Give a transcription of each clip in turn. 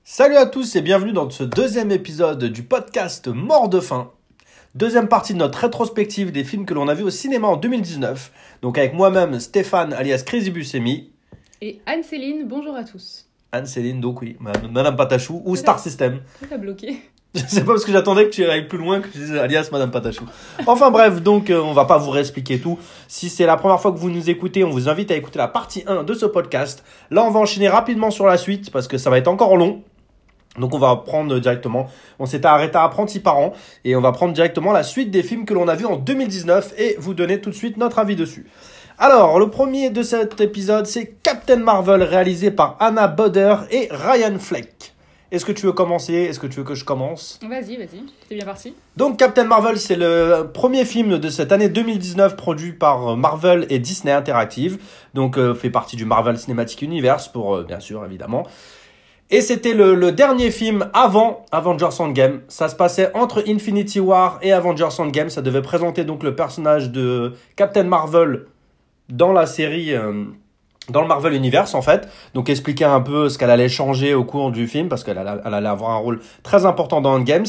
Salut à tous et bienvenue dans ce deuxième épisode du podcast Mort de faim. Deuxième partie de notre rétrospective des films que l'on a vus au cinéma en 2019. Donc avec moi-même Stéphane alias Crazy Buscemi. Et Anne-Céline, bonjour à tous. Anne-Céline, donc oui, Madame Patachou ou Star System. T'as bloqué. Je sais pas parce que j'attendais que tu ailles plus loin que tu dises alias Madame Patachou. Enfin bref, donc on va pas vous réexpliquer tout. Si c'est la première fois que vous nous écoutez, on vous invite à écouter la partie 1 de ce podcast. Là on va enchaîner rapidement sur la suite parce que ça va être encore long. Donc on va prendre directement, on s'était arrêté à Apprenti Parent et on va prendre directement la suite des films que l'on a vus en 2019 et vous donner tout de suite notre avis dessus. Alors, le premier de cet épisode, c'est Captain Marvel réalisé par Anna Boder et Ryan Fleck. Est-ce que tu veux commencer ? Est-ce que tu veux que je commence ? Vas-y, c'est bien parti. Donc Captain Marvel, c'est le premier film de cette année 2019 produit par Marvel et Disney Interactive. Donc fait partie du Marvel Cinematic Universe pour, bien sûr, évidemment. Et c'était le dernier film avant Avengers Endgame. Ça se passait entre Infinity War et Avengers Endgame. Ça devait présenter donc le personnage de Captain Marvel dans la série, dans le Marvel Universe en fait. Donc expliquer un peu ce qu'elle allait changer au cours du film parce qu'elle allait avoir un rôle très important dans Endgame.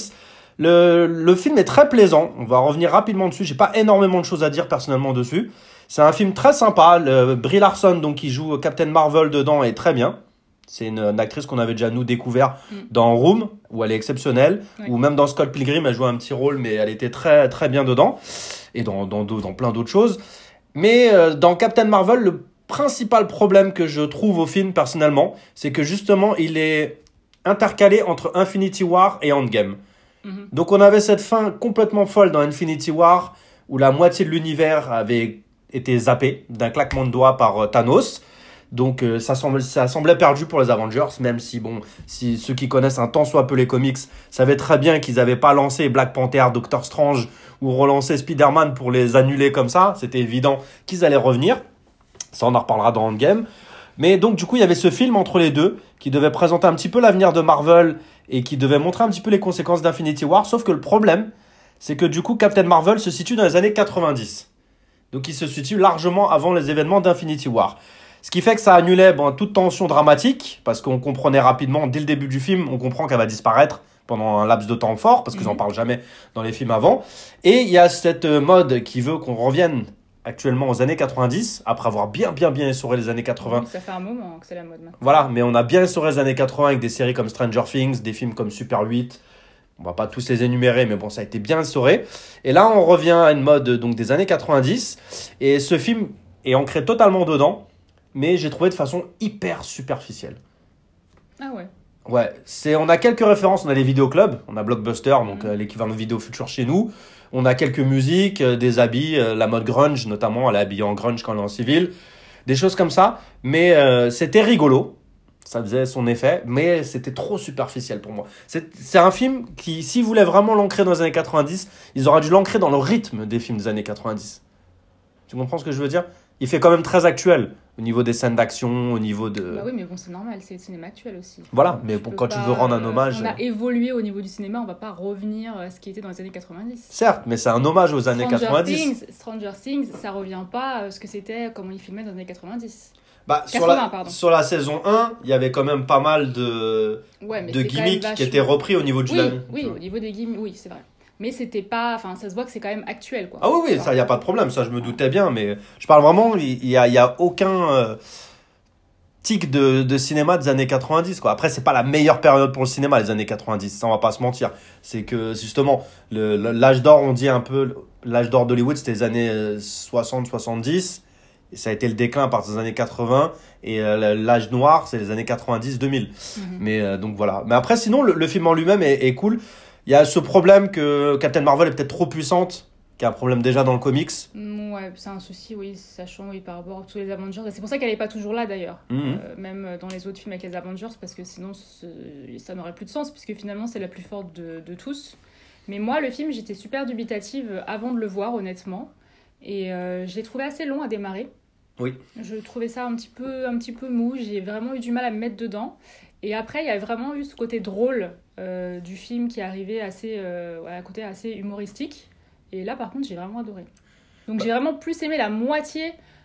Le film est très plaisant. On va revenir rapidement dessus. J'ai pas énormément de choses à dire personnellement dessus. C'est un film très sympa. Brie Larson donc qui joue Captain Marvel dedans est très bien. C'est une actrice qu'on avait déjà nous découvert dans Room, où elle est exceptionnelle, ou même dans Scott Pilgrim, elle jouait un petit rôle, mais elle était très très bien dedans, et dans plein d'autres choses. Mais dans Captain Marvel, le principal problème que je trouve au film personnellement, c'est que justement, il est intercalé entre Infinity War et Endgame. Donc on avait cette fin complètement folle dans Infinity War, où la moitié de l'univers avait été zappé d'un claquement de doigts par Thanos. Donc ça semblait perdu pour les Avengers, même si ceux qui connaissent un tant soit peu les comics savaient très bien qu'ils n'avaient pas lancé Black Panther, Doctor Strange ou relancé Spider-Man pour les annuler comme ça. C'était évident qu'ils allaient revenir. Ça, on en reparlera dans Endgame. Mais donc du coup, il y avait ce film entre les deux qui devait présenter un petit peu l'avenir de Marvel et qui devait montrer un petit peu les conséquences d'Infinity War. Sauf que le problème, c'est que du coup, Captain Marvel se situe dans les années 90. Donc il se situe largement avant les événements d'Infinity War. Ce qui fait que ça annulait toute tension dramatique, parce qu'on comprenait rapidement, dès le début du film, on comprend qu'elle va disparaître pendant un laps de temps fort, parce qu'ils n'en parlent jamais dans les films avant. Et il y a cette mode qui veut qu'on revienne actuellement aux années 90, après avoir bien essoré les années 80. Ça fait un moment que c'est la mode maintenant. Voilà, mais on a bien essoré les années 80 avec des séries comme Stranger Things, des films comme Super 8. On va pas tous les énumérer, mais bon, ça a été bien essoré. Et là, on revient à une mode donc des années 90, et ce film est ancré totalement dedans. Mais j'ai trouvé de façon hyper superficielle. Ah ouais. Ouais, on a quelques références, on a les vidéoclubs, on a Blockbuster, donc l'équivalent de Vidéo Future chez nous. On a quelques musiques, des habits, la mode grunge notamment, elle est habillée en grunge quand elle est en civil. Des choses comme ça, mais c'était rigolo, ça faisait son effet, mais c'était trop superficiel pour moi. C'est un film qui, s'ils voulaient vraiment l'ancrer dans les années 90, ils auraient dû l'ancrer dans le rythme des films des années 90. Tu comprends ce que je veux dire ? Il fait quand même très actuel au niveau des scènes d'action, au niveau de... Bah oui, mais bon, c'est normal, c'est le cinéma actuel aussi. Voilà, mais quand tu veux rendre un hommage... On a évolué au niveau du cinéma, on va pas revenir à ce qui était dans les années 90. Certes, mais c'est un hommage aux années 90. Stranger Things, ça revient pas à ce que c'était, comment ils filmaient dans les années 90. Sur la saison 1, il y avait quand même pas mal de gimmicks qui étaient repris au niveau du... Oui, au niveau des gimmicks, oui, c'est vrai. Mais c'était pas... Enfin, ça se voit que c'est quand même actuel, quoi. Ah oui, ça, il n'y a pas de problème. Ça, je me doutais bien. Mais je parle vraiment... Il y a aucun tic de cinéma des années 90, quoi. Après, c'est pas la meilleure période pour le cinéma, les années 90. Ça, on va pas se mentir. C'est que, justement, l'âge d'or, on dit un peu... L'âge d'or d'Hollywood, c'était les années 60-70. Et ça a été le déclin à partir des années 80. Et l'âge noir, c'est les années 90-2000. Mais donc, voilà. Mais après, sinon, le film en lui-même est cool. Il y a ce problème que Captain Marvel est peut-être trop puissante, qui est un problème déjà dans le comics. Ouais, c'est un souci, oui, sachant par rapport à tous les Avengers. Et c'est pour ça qu'elle n'est pas toujours là, d'ailleurs. Même dans les autres films avec les Avengers, parce que sinon, ça n'aurait plus de sens, puisque finalement, c'est la plus forte de tous. Mais moi, le film, j'étais super dubitative avant de le voir, honnêtement. Et je l'ai trouvé assez long à démarrer. Oui. Je trouvais ça un petit peu mou. J'ai vraiment eu du mal à me mettre dedans. Et après, il y a vraiment eu ce côté drôle du film qui est arrivé à côté assez humoristique. Et là, par contre, j'ai vraiment adoré. Donc, j'ai vraiment plus aimé la moitié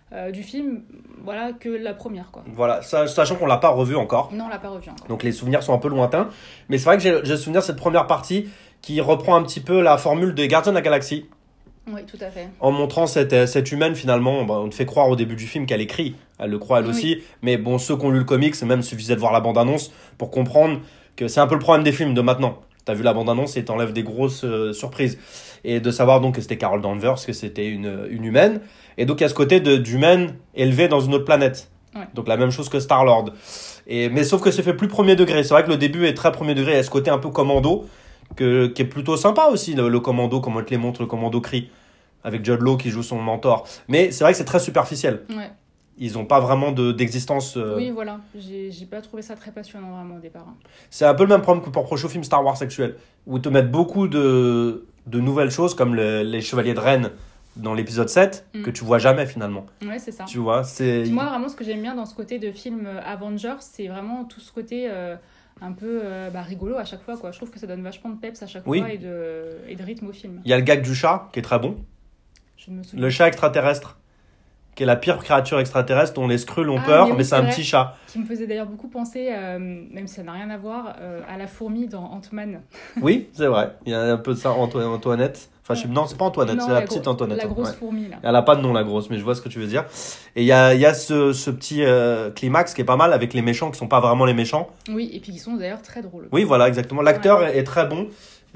du film, voilà, que la première, quoi. Voilà, sachant qu'on l'a pas revu encore. Non, on l'a pas revu encore. Donc les souvenirs sont un peu lointains. Mais c'est vrai que j'ai le souvenir de cette première partie qui reprend un petit peu la formule des Gardiens de la Galaxie. Oui, tout à fait. En montrant cette humaine, finalement, on te fait croire au début du film qu'elle écrit. Elle le croit elle aussi. Mais bon, ceux qui ont lu le comics, même suffisait de voir la bande-annonce pour comprendre que c'est un peu le problème des films de maintenant. T'as vu la bande-annonce et t'enlèves des grosses surprises. Et de savoir donc que c'était Carol Danvers, que c'était une humaine. Et donc il y a ce côté d'humaine élevée dans une autre planète. Ouais. Donc la même chose que Star-Lord. Mais sauf que c'est fait plus premier degré. C'est vrai que le début est très premier degré. Il y a ce côté un peu commando qui est plutôt sympa aussi, le commando, comment on te les montre, le commando cri, avec Jude Law qui joue son mentor. Mais c'est vrai que c'est très superficiel. Ouais. Ils n'ont pas vraiment d'existence. Oui, voilà. J'ai pas trouvé ça très passionnant vraiment au départ. C'est un peu le même problème que pour reprocher au film Star Wars actuel, où ils te mettent beaucoup de nouvelles choses, comme les Chevaliers de Rennes dans l'épisode 7, que tu vois jamais finalement. Ouais, c'est ça. Tu vois, Puis moi, vraiment, ce que j'aime bien dans ce côté de film Avengers, c'est vraiment tout ce côté un peu rigolo à chaque fois, quoi. Je trouve que ça donne vachement de peps à chaque fois et de rythme au film. Il y a le gag du chat qui est très bon. Je me souviens. Le chat extraterrestre, qui est la pire créature extraterrestre dont les Skrulls ont peur, mais c'est un petit chat. Qui me faisait d'ailleurs beaucoup penser, même si ça n'a rien à voir, à la fourmi dans Ant-Man. Oui, c'est vrai. Il y a un peu de ça, Antoinette. Enfin, non, c'est pas Antoinette, c'est la petite Antoinette. La grosse fourmi, là. Elle n'a pas de nom, la grosse, mais je vois ce que tu veux dire. Et il y a ce petit climax qui est pas mal avec les méchants qui sont pas vraiment les méchants. Oui, et puis qui sont d'ailleurs très drôles. Oui, voilà, exactement. L'acteur est très bon.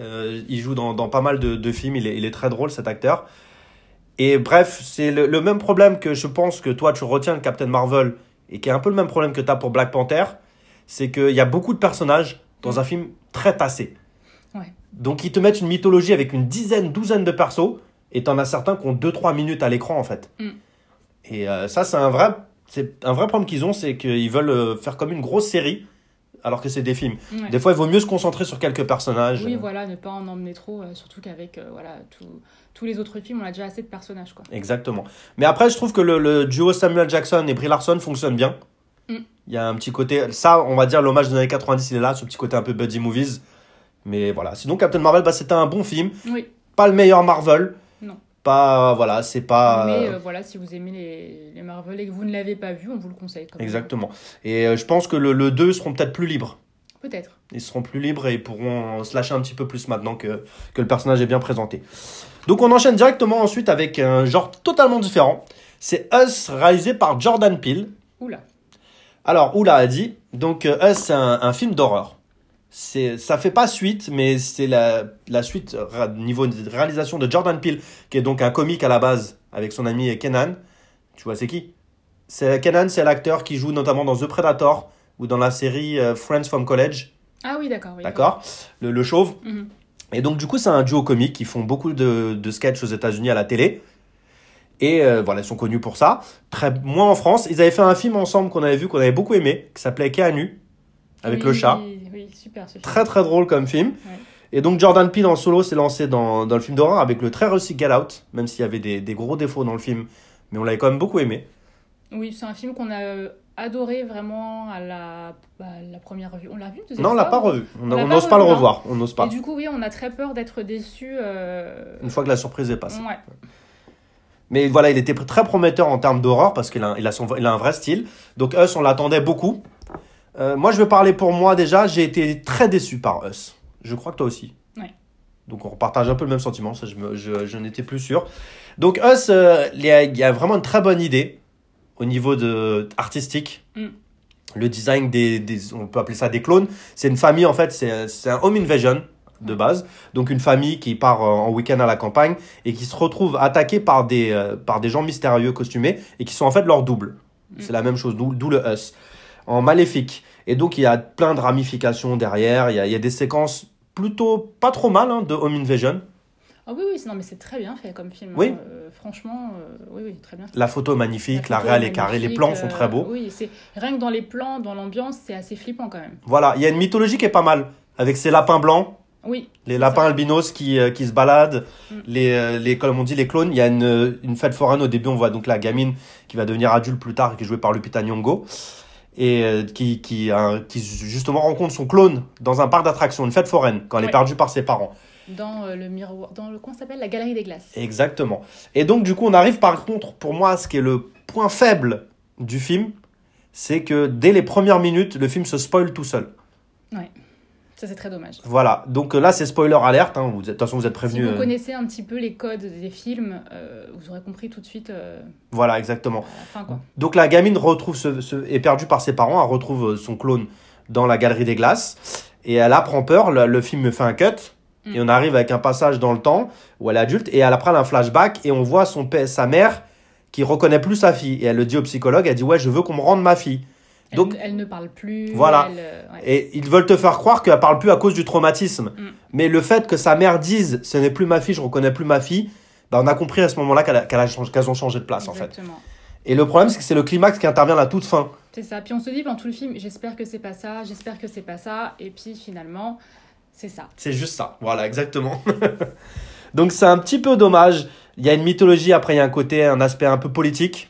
Il joue dans pas mal de films. Il est très drôle, cet acteur. Et bref, c'est le même problème que je pense que toi, tu retiens de Captain Marvel et qui est un peu le même problème que tu as pour Black Panther. C'est qu'il y a beaucoup de personnages dans un film très tassé. Ouais. Donc, ils te mettent une mythologie avec une douzaine de persos et t'en as certains qui ont 2-3 minutes à l'écran, en fait. Et ça, c'est un vrai problème qu'ils ont, c'est qu'ils veulent faire comme une grosse série alors que c'est des films. Ouais. Des fois, il vaut mieux se concentrer sur quelques personnages. Oui, voilà, ne pas en emmener trop, surtout qu'avec tous les autres films, on a déjà assez de personnages, quoi. Exactement. Mais après, je trouve que le duo Samuel Jackson et Brie Larson fonctionne bien. Il y a un petit côté... Ça, on va dire, l'hommage des années 90, il est là, ce petit côté un peu buddy movies. Mais voilà. Sinon, Captain Marvel, c'était un bon film. Oui. Pas le meilleur Marvel. Non. Pas... Voilà, c'est pas... Mais voilà, si vous aimez les Marvel et que vous ne l'avez pas vu, on vous le conseille. Quand même. Exactement. Et je pense que le 2 seront peut-être plus libres. Peut-être. Ils seront plus libres et ils pourront se lâcher un petit peu plus maintenant que le personnage est bien présenté. Donc on enchaîne directement ensuite avec un genre totalement différent. C'est Us, réalisé par Jordan Peele. Oula. Alors, Oula a dit. Donc Us, c'est un film d'horreur. Ça fait pas suite, mais c'est la suite niveau de réalisation de Jordan Peele, qui est donc un comique à la base avec son ami Kenan. Tu vois, c'est qui? Kenan, c'est l'acteur qui joue notamment dans The Predator ou dans la série Friends from College. Ah oui, d'accord. Oui, d'accord, le chauve. Mm-hmm. Et donc, du coup, c'est un duo comique qui font beaucoup de sketchs aux États-Unis à la télé. Et voilà, ils sont connus pour ça. Moins en France. Ils avaient fait un film ensemble qu'on avait vu, qu'on avait beaucoup aimé, qui s'appelait Keanu, avec le chat. Oui, super ce film. Très, très drôle comme film. Ouais. Et donc, Jordan Peele en solo s'est lancé dans le film d'horreur avec le très réussi Get Out, même s'il y avait des gros défauts dans le film. Mais on l'avait quand même beaucoup aimé. Oui, c'est un film qu'on a adoré vraiment à la première revue. On l'a vu Non, on l'a pas revu. On n'ose pas le revoir. On n'ose pas. Et du coup, oui, on a très peur d'être déçus. Une fois que la surprise est passée. Ouais. Mais voilà, il était très prometteur en termes d'horreur parce qu'il a un vrai style. Donc Us, on l'attendait beaucoup. Moi, je vais parler pour moi déjà. J'ai été très déçu par Us. Je crois que toi aussi. Ouais. Donc on partage un peu le même sentiment. Ça, je n'étais plus sûr. Donc Us, il y a vraiment une très bonne idée au niveau artistique. Le design on peut appeler ça des clones. C'est une famille, en fait, c'est un home invasion de base. Donc une famille qui part en week-end à la campagne et qui se retrouve attaquée par des gens mystérieux costumés et qui sont en fait leur double. C'est la même chose, d'où le Us. En maléfique. Et donc il y a plein de ramifications derrière. Il y a des séquences plutôt pas trop mal de home invasion. Ah oui, non, mais c'est très bien fait comme film. Oui. Franchement, oui, très bien. La photo est magnifique, la réal est carrée, les plans sont très beaux. Oui, rien que dans les plans, dans l'ambiance, c'est assez flippant quand même. Voilà, il y a une mythologie qui est pas mal, avec ces lapins blancs, oui, les lapins albinos qui se baladent, comme on dit, les clones. Il y a une fête foraine au début, on voit donc la gamine qui va devenir adulte plus tard, qui est jouée par Lupita Nyong'o, et qui justement rencontre son clone dans un parc d'attractions, une fête foraine, quand elle est perdue par ses parents. dans le miroir, comment ça s'appelle, la galerie des glaces. Exactement. Et donc du coup on arrive par contre pour moi à ce qui est le point faible du film, c'est que dès les premières minutes le film se spoil tout seul. Ouais. Ça, c'est très dommage. Voilà, donc là, c'est spoiler alerte. Hein. De toute façon, vous êtes prévenus. Si vous connaissez un petit peu les codes des films, vous aurez compris tout de suite. Voilà, exactement. À la fin, quoi. Donc la gamine est perdue par ses parents. Elle retrouve son clone dans la galerie des glaces. Et elle prend peur. Le film me fait un cut. Et on arrive avec un passage dans le temps où elle est adulte. Et elle apprend un flashback. Et on voit sa mère qui reconnaît plus sa fille. Et elle le dit au psychologue. Elle dit « Ouais, je veux qu'on me rende ma fille. » Donc, elle ne parle plus. Voilà. Et ils veulent te faire croire qu'elle parle plus à cause du traumatisme. Mais le fait que sa mère dise ce n'est plus ma fille, je reconnais plus ma fille, on a compris à ce moment-là qu'elles ont changé de place. Exactement. En fait. Et le problème, c'est que c'est le climax qui intervient à la toute fin. C'est ça. Puis on se dit pendant tout le film, j'espère que c'est pas ça, j'espère que c'est pas ça. Et puis finalement, c'est ça. C'est juste ça. Voilà, exactement. Donc c'est un petit peu dommage. Il y a une mythologie, après il y a un aspect un peu politique.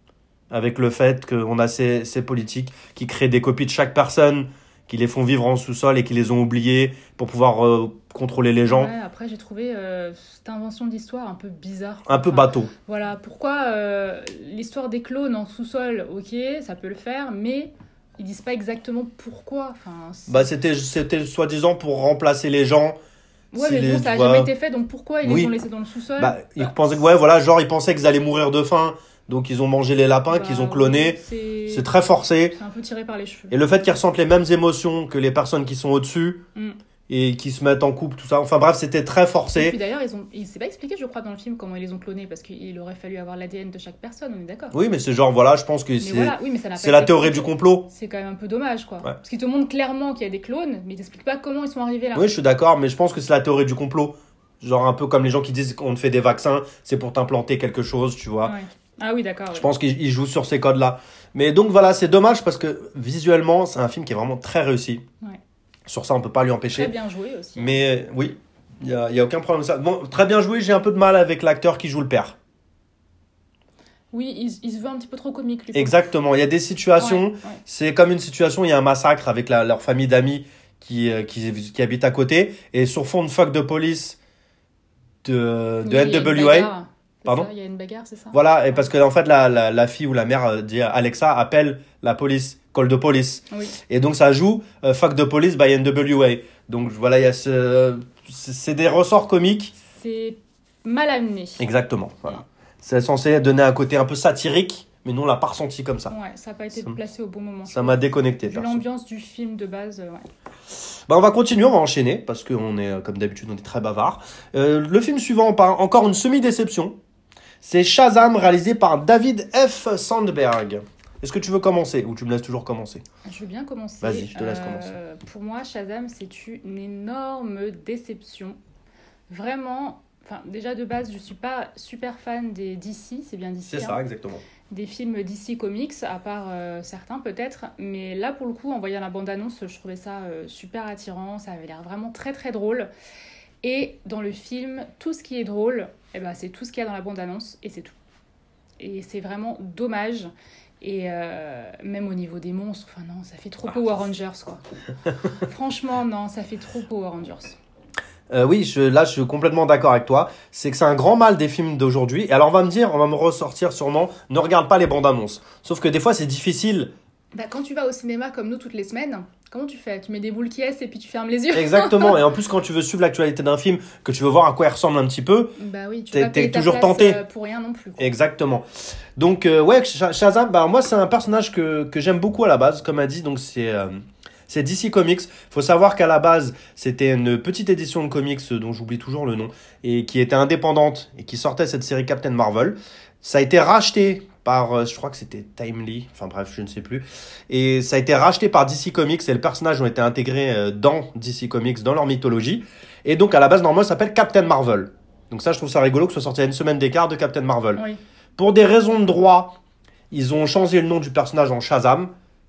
Avec le fait qu'on a ces politiques qui créent des copies de chaque personne, qui les font vivre en sous-sol et qui les ont oubliées pour pouvoir contrôler les gens. Ouais, après, j'ai trouvé cette invention d'histoire un peu bizarre. Un peu bateau. Voilà, pourquoi l'histoire des clones en sous-sol, ok, ça peut le faire, mais ils disent pas exactement pourquoi. C'était soi-disant pour remplacer les gens. Ouais, mais bon, ça n'a jamais été fait, donc pourquoi ils les ont laissés dans le sous-sol ils pensaient ils pensaient qu'ils allaient mourir de faim. Donc ils ont mangé les lapins qu'ils ont clonés. C'est très forcé. C'est un peu tiré par les cheveux. Et le fait qu'ils ressentent les mêmes émotions que les personnes qui sont au-dessus et qui se mettent en couple, tout ça. Enfin bref, c'était très forcé. Et puis d'ailleurs, il s'est pas expliqué, je crois, dans le film comment ils les ont clonés parce qu'il aurait fallu avoir l'ADN de chaque personne, on est d'accord. Oui, mais c'est genre, je pense que c'est la théorie du complot. C'est quand même un peu dommage, quoi. Ouais. Parce qu'ils te montrent clairement qu'il y a des clones, mais ils t'expliquent pas comment ils sont arrivés là. Oui, je suis d'accord, mais je pense que c'est la théorie du complot. Genre un peu comme les gens qui disent qu'on te fait des vaccins, c'est pour t'implanter quelque chose, tu vois. Ouais. Ah oui, d'accord. Je pense qu'ils jouent sur ces codes-là. Mais donc voilà, c'est dommage parce que visuellement, c'est un film qui est vraiment très réussi. Ouais. Sur ça, on peut pas lui empêcher. Très bien joué aussi. Mais oui, il y a aucun problème avec ça. Bon, très bien joué, j'ai un peu de mal avec l'acteur qui joue le père. Oui, il se veut un petit peu trop comique. Lui. Exactement, il y a des situations, c'est comme une situation, il y a un massacre avec leur famille d'amis qui habitent à côté. Et sur fond de fuck de police de NWA... Pardon ? Il y a une bagarre, c'est ça ? Voilà, et parce que en fait la fille ou la mère dit Alexa appelle la police, call the police. Oui. Et donc ça joue fuck the police by NWA. Donc voilà, il y a c'est des ressorts comiques. C'est mal amené. Exactement, voilà. C'est censé donner un côté un peu satirique, mais nous on l'a pas ressenti comme ça. Ouais, ça n'a pas été placé au bon moment. Ça m'a déconnecté. Vu l'ambiance du film de base, ouais. On va continuer, on va enchaîner parce qu'on est comme d'habitude on est très bavard. Le film suivant, encore une semi-déception. C'est Shazam, réalisé par David F. Sandberg. Est-ce que tu veux commencer ou tu me laisses toujours commencer ? Je veux bien commencer. Vas-y, je te laisse commencer. Pour moi, Shazam, c'est une énorme déception. Vraiment, déjà de base, je ne suis pas super fan des DC, c'est bien DC. C'est ça, exactement. Des films DC Comics, à part certains peut-être. Mais là, pour le coup, en voyant la bande-annonce, je trouvais ça super attirant. Ça avait l'air vraiment très très drôle. Et dans le film, tout ce qui est drôle, c'est tout ce qu'il y a dans la bande-annonce, et c'est tout. Et c'est vraiment dommage. Et même au niveau des monstres, non, ça fait trop Power Rangers, quoi. Franchement, non, ça fait trop Power Rangers. Oui, je suis complètement d'accord avec toi. C'est que c'est un grand mal des films d'aujourd'hui. Et alors on va me ressortir sûrement, ne regarde pas les bandes-annonces. Sauf que des fois, c'est difficile. Quand tu vas au cinéma comme nous toutes les semaines, comment tu fais ? Tu mets des boules qui est et puis tu fermes les yeux. Exactement. Et en plus, quand tu veux suivre l'actualité d'un film, que tu veux voir à quoi il ressemble un petit peu, oui, t'es toujours tenté. Pour rien non plus, quoi. Exactement. Donc, Shazam, moi, c'est un personnage que j'aime beaucoup à la base, comme a dit. Donc, c'est DC Comics. Faut savoir qu'à la base, c'était une petite édition de comics dont j'oublie toujours le nom et qui était indépendante et qui sortait cette série Captain Marvel. Ça a été racheté par, je crois que c'était Timely, enfin bref, je ne sais plus. Et ça a été racheté par DC Comics et les personnages ont été intégrés dans DC Comics, dans leur mythologie. Et donc, à la base, normalement, ça s'appelle Captain Marvel. Donc ça, je trouve ça rigolo que ce soit sorti à une semaine d'écart de Captain Marvel. Oui. Pour des raisons de droit, ils ont changé le nom du personnage en Shazam.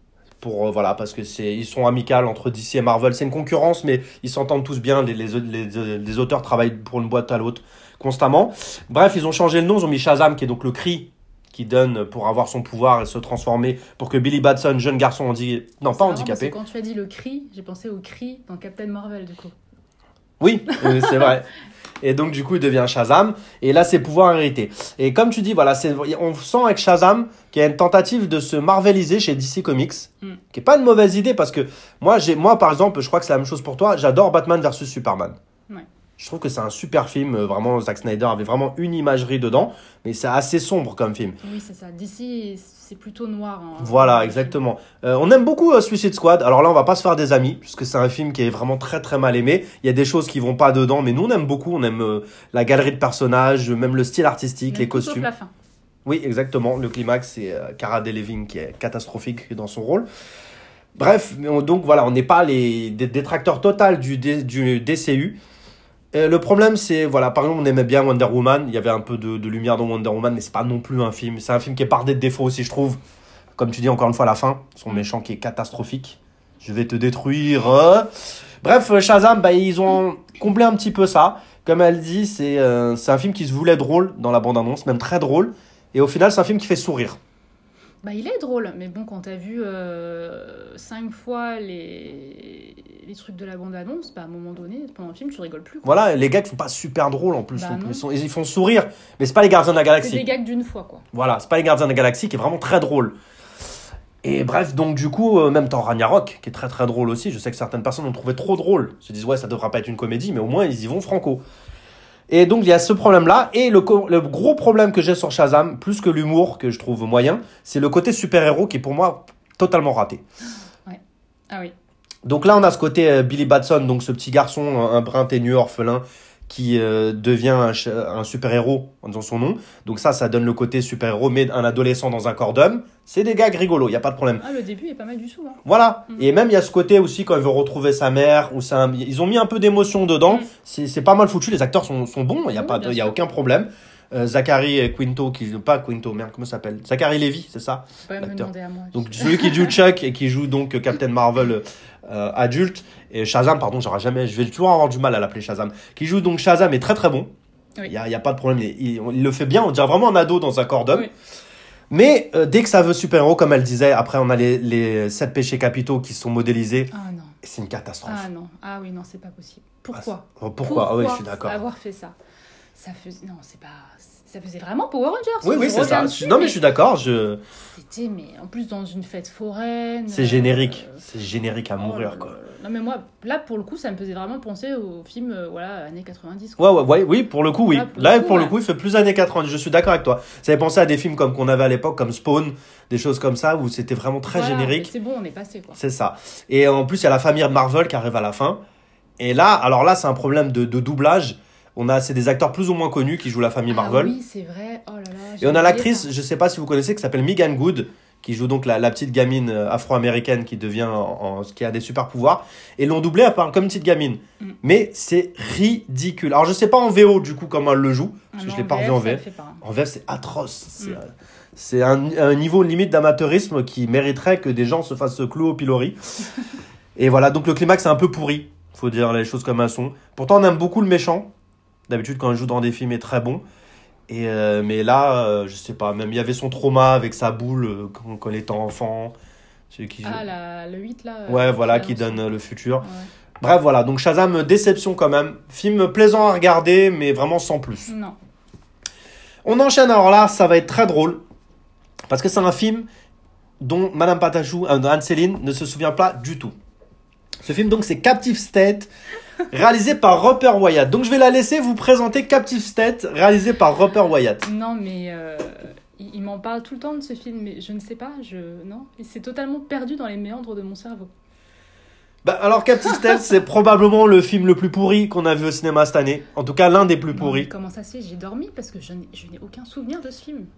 Parce que ils sont amicales entre DC et Marvel. C'est une concurrence, mais ils s'entendent tous bien. Les auteurs travaillent pour une boîte à l'autre constamment. Bref, ils ont changé le nom. Ils ont mis Shazam, qui est donc le cri qui donne pour avoir son pouvoir et se transformer, pour que Billy Batson, jeune garçon pas handicapé. Quand tu as dit le cri, j'ai pensé au cri dans Captain Marvel, du coup. Oui, c'est vrai. Et donc, du coup, il devient Shazam. Et là, ses pouvoirs hérités. Et comme tu dis, voilà, on sent avec Shazam qu'il y a une tentative de se marveliser chez DC Comics, qui est pas une mauvaise idée parce que moi, par exemple, je crois que c'est la même chose pour toi. J'adore Batman versus Superman. Ouais. Je trouve que c'est un super film. Vraiment, Zack Snyder avait vraiment une imagerie dedans. Mais c'est assez sombre comme film. Oui, c'est ça. DC, c'est plutôt noir. Voilà, exactement. On aime beaucoup Suicide Squad. Alors là, on va pas se faire des amis, puisque c'est un film qui est vraiment très très mal aimé. Il y a des choses qui vont pas dedans, mais nous on aime beaucoup. On aime la galerie de personnages, même le style artistique, les costumes. Sauf la fin. Oui, exactement. Le climax, c'est Cara Delevingne qui est catastrophique dans son rôle. Bref, donc voilà, on n'est pas les détracteurs totaux du DCU. Le problème, c'est, voilà, par exemple, on aimait bien Wonder Woman. Il y avait un peu de lumière dans Wonder Woman, mais c'est pas non plus un film. C'est un film qui est bardé de défauts aussi, je trouve. Comme tu dis, encore une fois, la fin, son méchant qui est catastrophique. Je vais te détruire. Bref, Shazam, ils ont comblé un petit peu ça. Comme elle dit, c'est un film qui se voulait drôle dans la bande-annonce, même très drôle. Et au final, c'est un film qui fait sourire. Il est drôle, mais bon, quand t'as vu 5 fois les trucs de la bande-annonce, à un moment donné, pendant le film, tu rigoles plus. Quoi. Voilà, les gags sont pas super drôles en plus. Ils font sourire, mais c'est pas les Gardiens de la Galaxie. C'est des gags d'une fois, quoi. Voilà, c'est pas les Gardiens de la Galaxie qui est vraiment très drôle. Et bref, donc du coup, même Thor Ragnarok, qui est très très drôle aussi, je sais que certaines personnes l'ont trouvé trop drôle. Ils se disent, ouais, ça devra pas être une comédie, mais au moins, ils y vont franco. Et donc, il y a ce problème-là. Et le gros problème que j'ai sur Shazam, plus que l'humour, que je trouve moyen, c'est le côté super-héros qui est pour moi totalement raté. Ouais. Ah oui. Donc là, on a ce côté Billy Batson, donc ce petit garçon, un brun ténu, orphelin, qui devient un super-héros en disant son nom. Donc ça donne le côté super-héros, mais un adolescent dans un corps d'homme. C'est des gags rigolos, il n'y a pas de problème. Ah, le début est pas mal du tout. Hein. Voilà. Et même, il y a ce côté aussi, quand il veut retrouver sa mère, ils ont mis un peu d'émotion dedans. C'est pas mal foutu, les acteurs sont bons, il n'y a aucun problème. Zachary Quinto, comment ça s'appelle ? Zachary Levi, c'est ça ? Pas me demander à moi. Donc celui qui joue Chuck et qui joue donc Captain Marvel adulte, et Shazam, pardon, je vais toujours avoir du mal à l'appeler Shazam, qui joue donc Shazam est très très bon. Oui. Il y a pas de problème, il le fait bien, on dirait vraiment un ado dans un corps d'homme. Oui. Mais dès que ça veut super-héros, comme elle disait, après on a les 7 péchés capitaux qui sont modélisés. Ah non. Et c'est une catastrophe. Ah non, ah oui, non, c'est pas possible. Pourquoi ? Pourquoi Ah oui, je suis d'accord. Avoir fait ça. Ça faisait vraiment Power Rangers. Oui, c'est ça. Non, mais je suis d'accord. C'était, mais en plus, dans une fête foraine. C'est générique. C'est générique à mourir, quoi. Non, mais moi, là, pour le coup, ça me faisait vraiment penser au film, années 90. Quoi. Oui, pour le coup, oui. Là, pour le coup, il fait plus années 90. Je suis d'accord avec toi. Ça fait penser à des films comme qu'on avait à l'époque, comme Spawn, des choses comme ça, où c'était vraiment très générique. C'est bon, on est passé, quoi. C'est ça. Et en plus, il y a la famille Marvel qui arrive à la fin. Et là, c'est un problème de doublage. C'est des acteurs plus ou moins connus qui jouent la famille Marvel. Oui, c'est vrai. Oh là là. Et on a l'actrice, je sais pas si vous connaissez, qui s'appelle Megan Good, qui joue donc la petite gamine afro-américaine qui devient qui a des super pouvoirs. Et l'ont doublée, elle parle comme une petite gamine. Mais c'est ridicule. Alors je sais pas en VO du coup comment elle le joue, parce que je l'ai pas revu en VF. En VF c'est atroce. C'est un niveau limite d'amateurisme qui mériterait que des gens se fassent clouer au pilori. Et voilà, donc le climax c'est un peu pourri. Faut dire les choses comme elles sont. Pourtant on aime beaucoup le méchant. D'habitude, quand elle joue dans des films, il est très bon. Mais là, je sais pas, même il y avait son trauma avec sa boule quand il était enfant. Le 8 là. Ouais, voilà, qui donne le futur. Ouais. Bref, voilà, donc Shazam, déception quand même. Film plaisant à regarder, mais vraiment sans plus. Non. On enchaîne, alors là, ça va être très drôle. Parce que c'est un film dont Madame Patachou, Anne-Céline, ne se souvient pas du tout. Ce film, donc, c'est Captive State. Réalisé par Rupert Wyatt. Donc je vais la laisser vous présenter Captive State, réalisé par Rupert Wyatt. Non mais il m'en parle tout le temps de ce film, mais je ne sais pas, non, il s'est totalement perdu dans les méandres de mon cerveau. Alors Captive State, c'est probablement le film le plus pourri qu'on a vu au cinéma cette année. En tout cas, l'un des plus pourris. Comment ça se fait ? J'ai dormi parce que je n'ai aucun souvenir de ce film.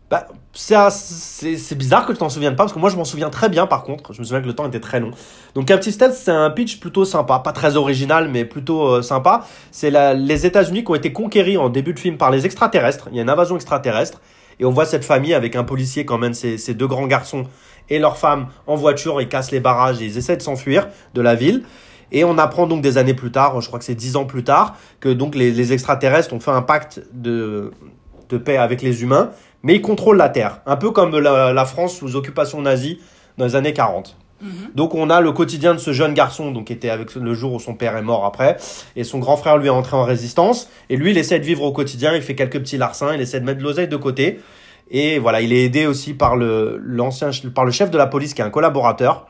C'est bizarre que tu t'en souviennes pas, parce que moi je m'en souviens très bien par contre. Je me souviens que le temps était très long. Donc Captive State, c'est un pitch plutôt sympa. Pas très original, mais plutôt sympa. C'est les États-Unis qui ont été conquéris en début de film par les extraterrestres. Il y a une invasion extraterrestre. Et on voit cette famille avec un policier qui emmène ces deux grands garçons et leur femme en voiture. Ils cassent les barrages et ils essaient de s'enfuir de la ville. Et on apprend donc des années plus tard, je crois que c'est 10 ans plus tard, que donc les extraterrestres ont fait un pacte de paix avec les humains, mais ils contrôlent la Terre. Un peu comme la France sous occupation nazie dans les années 40. Donc on a le quotidien de ce jeune garçon donc qui était avec le jour où son père est mort après, et son grand frère lui est entré en résistance, et lui il essaie de vivre au quotidien, il fait quelques petits larcins, il essaie de mettre de l'oseille de côté, et voilà, il est aidé aussi par le chef de la police qui est un collaborateur,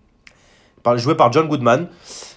joué par John Goodman.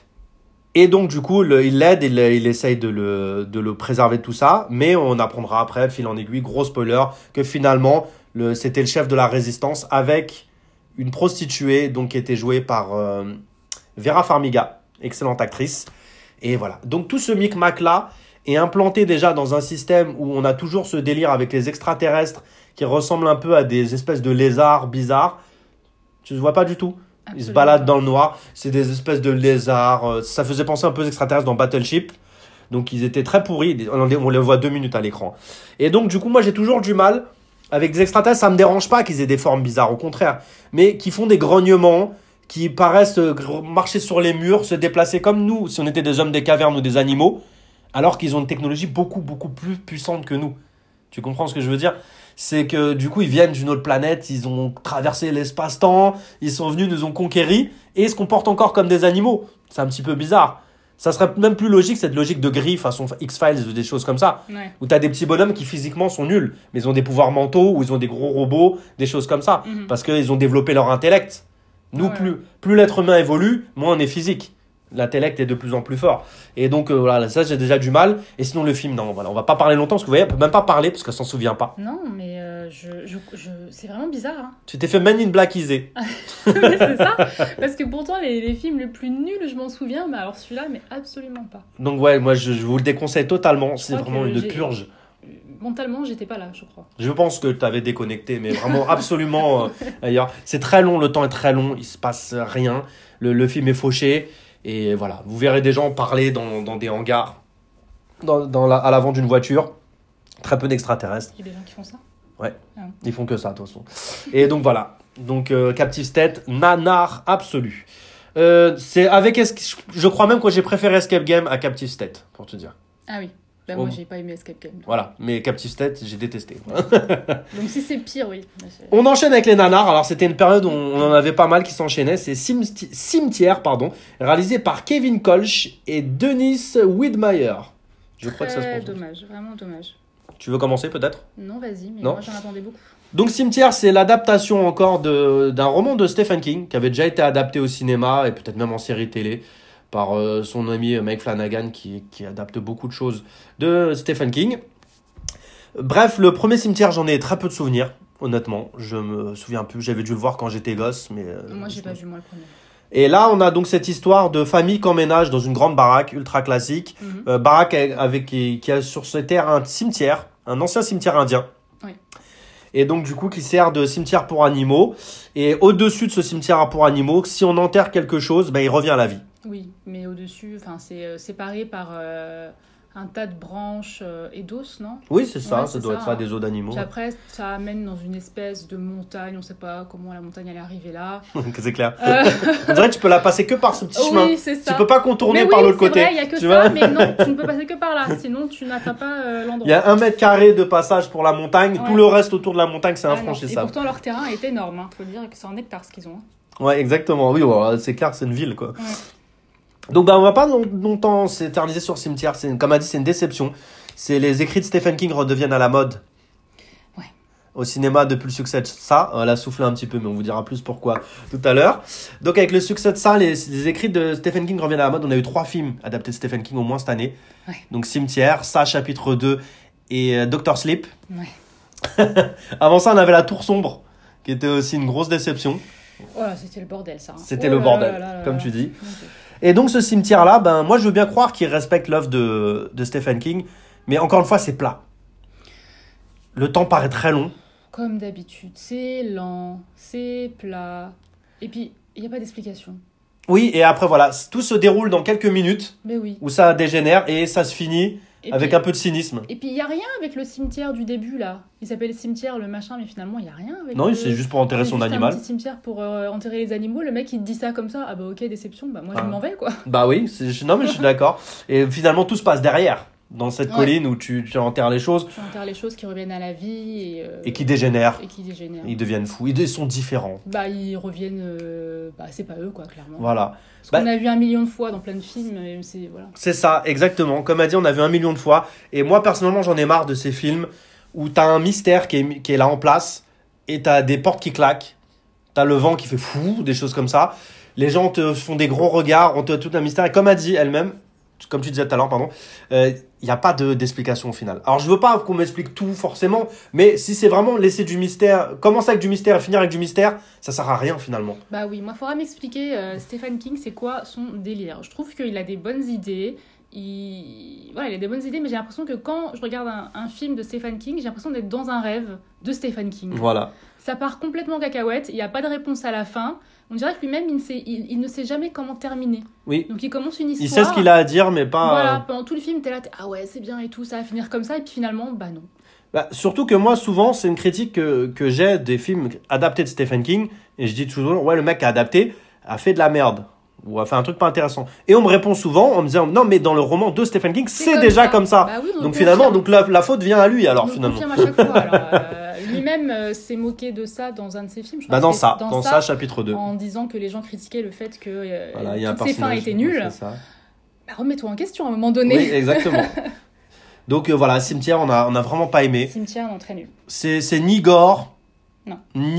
Et donc, du coup, il l'aide, il essaye de le préserver de tout ça. Mais on apprendra après, fil en aiguille, gros spoiler, que finalement, c'était le chef de la résistance avec une prostituée donc, qui était jouée par Vera Farmiga, excellente actrice. Et voilà. Donc, tout ce micmac-là est implanté déjà dans un système où on a toujours ce délire avec les extraterrestres qui ressemblent un peu à des espèces de lézards bizarres. Tu ne vois pas du tout ? Ils se baladent dans le noir, c'est des espèces de lézards, ça faisait penser un peu aux extraterrestres dans Battleship, donc ils étaient très pourris, on les voit 2 minutes à l'écran. Et donc du coup moi j'ai toujours du mal, avec des extraterrestres ça me dérange pas qu'ils aient des formes bizarres, au contraire, mais qui font des grognements, qui paraissent marcher sur les murs, se déplacer comme nous, si on était des hommes des cavernes ou des animaux, alors qu'ils ont une technologie beaucoup beaucoup plus puissante que nous. Tu comprends ce que je veux dire ? C'est que du coup ils viennent d'une autre planète, ils ont traversé l'espace-temps, ils sont venus, nous ont conquéris et ils se comportent encore comme des animaux. C'est un petit peu bizarre. Ça serait même plus logique, cette logique de grille façon X-Files ou des choses comme ça. Ouais. Où t'as des petits bonhommes qui physiquement sont nuls, mais ils ont des pouvoirs mentaux ou ils ont des gros robots, des choses comme ça. Parce qu'ils ont développé leur intellect. Nous, plus l'être humain évolue, moins on est physique. L'intellect est de plus en plus fort. Et donc, voilà, ça, j'ai déjà du mal. Et sinon, le film, non, voilà, on va pas parler longtemps, parce que vous voyez, elle peut même pas parler, parce qu'elle s'en souvient pas. Non, mais c'est vraiment bizarre. Hein. Tu t'es fait Man in Blackisé. C'est ça. Parce que pourtant, les films les plus nuls, je m'en souviens, mais alors celui-là, mais absolument pas. Donc, ouais, moi, je vous le déconseille totalement. C'est vraiment une purge. Mentalement, j'étais pas là, je crois. Je pense que tu avais déconnecté, mais vraiment, absolument ailleurs. C'est très long, le temps est très long, il se passe rien. Le film est fauché. Et voilà, vous verrez des gens parler dans des hangars, à l'avant d'une voiture. Très peu d'extraterrestres. Il y a des gens qui font ça ? Ouais, ils font que ça, de toute façon. Et donc voilà, donc Captive State, nanar absolu. C'est avec, je crois même que j'ai préféré Escape Game à Captive State, pour te dire. Ah oui. Ben moi, j'ai pas aimé Escape Game. Voilà, mais Captive State, j'ai détesté. Donc si c'est pire, oui. On enchaîne avec les nanars. Alors, c'était une période où on en avait pas mal qui s'enchaînaient. C'est Cimetière, réalisé par Kevin Kolsch et Dennis Widmeyer. Je crois que ça se prononce. Dommage, vraiment dommage. Tu veux commencer peut-être ? Non, vas-y, mais non. moi j'en attendais beaucoup. Donc Cimetière, c'est l'adaptation encore d'un roman de Stephen King qui avait déjà été adapté au cinéma et peut-être même en série télé par son ami Mike Flanagan qui adapte beaucoup de choses de Stephen King. Bref, le premier Cimetière, j'en ai très peu de souvenirs, honnêtement. Je me souviens plus, j'avais dû le voir quand j'étais gosse. Mais moi, j'ai pas vu, moi, le premier. Et là, on a donc cette histoire de famille qui emménage dans une grande baraque ultra classique. Baraque qui a sur ses terres un cimetière, un ancien cimetière indien. Oui. Et donc, du coup, qui sert de cimetière pour animaux. Et au-dessus de ce cimetière pour animaux, si on enterre quelque chose, il revient à la vie. Oui, mais au-dessus, c'est séparé par un tas de branches et d'os, non ? Oui, c'est ça, ouais, ça doit être ça, des os d'animaux. Puis après, ça amène dans une espèce de montagne, on ne sait pas comment la montagne elle est arrivée là. C'est clair. On dirait que tu peux la passer que par ce petit chemin. Oui, c'est ça. Tu peux pas contourner par l'autre côté. Oui, c'est vrai, il n'y a que ça, mais non, tu ne peux passer que par là, sinon tu n'atteins pas l'endroit. Il y a 1 mètre carré de passage pour la montagne, tout le reste autour de la montagne, c'est infranchissable. Et pourtant, leur terrain est énorme, faut le dire que c'est en hectares ce qu'ils ont. Ouais, exactement, oui, c'est clair, c'est une ville, quoi. Ouais. Donc on va pas longtemps s'éterniser sur Cimetière, comme a dit, c'est une déception. Les écrits de Stephen King redeviennent à la mode. Ouais. Au cinéma depuis le succès de ça, elle a soufflé un petit peu, mais on vous dira plus pourquoi tout à l'heure. Donc avec le succès de ça, les écrits de Stephen King reviennent à la mode. On a eu 3 films adaptés de Stephen King au moins cette année. Ouais. Donc Cimetière, ça chapitre 2 et Dr. Sleep. Ouais. Avant ça, on avait La Tour Sombre, qui était aussi une grosse déception. Voilà, c'était le bordel ça. C'était le bordel, comme tu dis. Okay. Et donc ce cimetière-là, moi je veux bien croire qu'il respecte l'œuvre de Stephen King, mais encore une fois c'est plat. Le temps paraît très long. Comme d'habitude, c'est lent, c'est plat, et puis il n'y a pas d'explication. Oui, et après voilà, tout se déroule dans quelques minutes, mais oui. Où ça dégénère et ça se finit avec un peu de cynisme. Et puis il n'y a rien avec le cimetière du début là. Il s'appelle cimetière, le machin, mais finalement il n'y a rien avec. Non, c'est juste pour enterrer son animal. Un petit cimetière pour enterrer les animaux. Le mec il te dit ça comme ça, ah bah ok, déception, bah moi je m'en vais quoi. Bah oui, mais je suis d'accord. Et finalement tout se passe derrière. dans cette colline où tu enterres les choses. Tu enterres les choses qui reviennent à la vie et qui dégénèrent. Et qui dégénèrent. Ils deviennent fous. Ils sont différents. Ils reviennent... c'est pas eux, quoi, clairement. Voilà. Parce qu'on a vu 1 million de fois dans plein de films. Voilà. C'est ça, exactement. Comme a dit, on a vu 1 million de fois. Et moi, personnellement, j'en ai marre de ces films où t'as un mystère qui est là en place et t'as des portes qui claquent. T'as le vent qui fait fou, des choses comme ça. Les gens te font des gros regards, on te tout un mystère. Et comme a dit elle-même, comme tu disais tout à l'heure, pardon, il n'y a pas d'explication au final. Alors, je veux pas qu'on m'explique tout forcément, mais si c'est vraiment laisser du mystère, commencer avec du mystère et finir avec du mystère, ça sert à rien finalement. Bah oui, moi, il faudra m'expliquer Stephen King, c'est quoi son délire. Je trouve qu'il a des bonnes idées. Il a des bonnes idées, mais j'ai l'impression que quand je regarde un film de Stephen King, j'ai l'impression d'être dans un rêve de Stephen King. Voilà. Ça part complètement en cacahuète, il n'y a pas de réponse à la fin. On dirait que lui-même, il ne sait jamais comment terminer. Oui. Donc il commence une histoire. Il sait ce qu'il a à dire, mais pas... Voilà, pendant tout le film, t'es là, ah ouais, c'est bien et tout, ça va finir comme ça, et puis finalement, bah non. Surtout que moi, souvent, c'est une critique que j'ai des films adaptés de Stephen King, et je dis toujours, ouais, le mec qui a adapté a fait de la merde. Ou a fait un truc pas intéressant. Et on me répond souvent en me disant non, mais dans le roman de Stephen King, c'est déjà comme ça. Bah oui, donc finalement, la faute vient à lui alors on finalement. Confirme à chaque fois. Alors, lui-même s'est moqué de ça dans un de ses films. Je crois dans ça, chapitre 2. En disant que les gens critiquaient le fait que toutes ses fins étaient nulles. Remets-toi en question à un moment donné. Oui, exactement. Donc voilà, Cimetière, on a vraiment pas aimé. Cimetière, non, très nul. C'est ni gore. Non.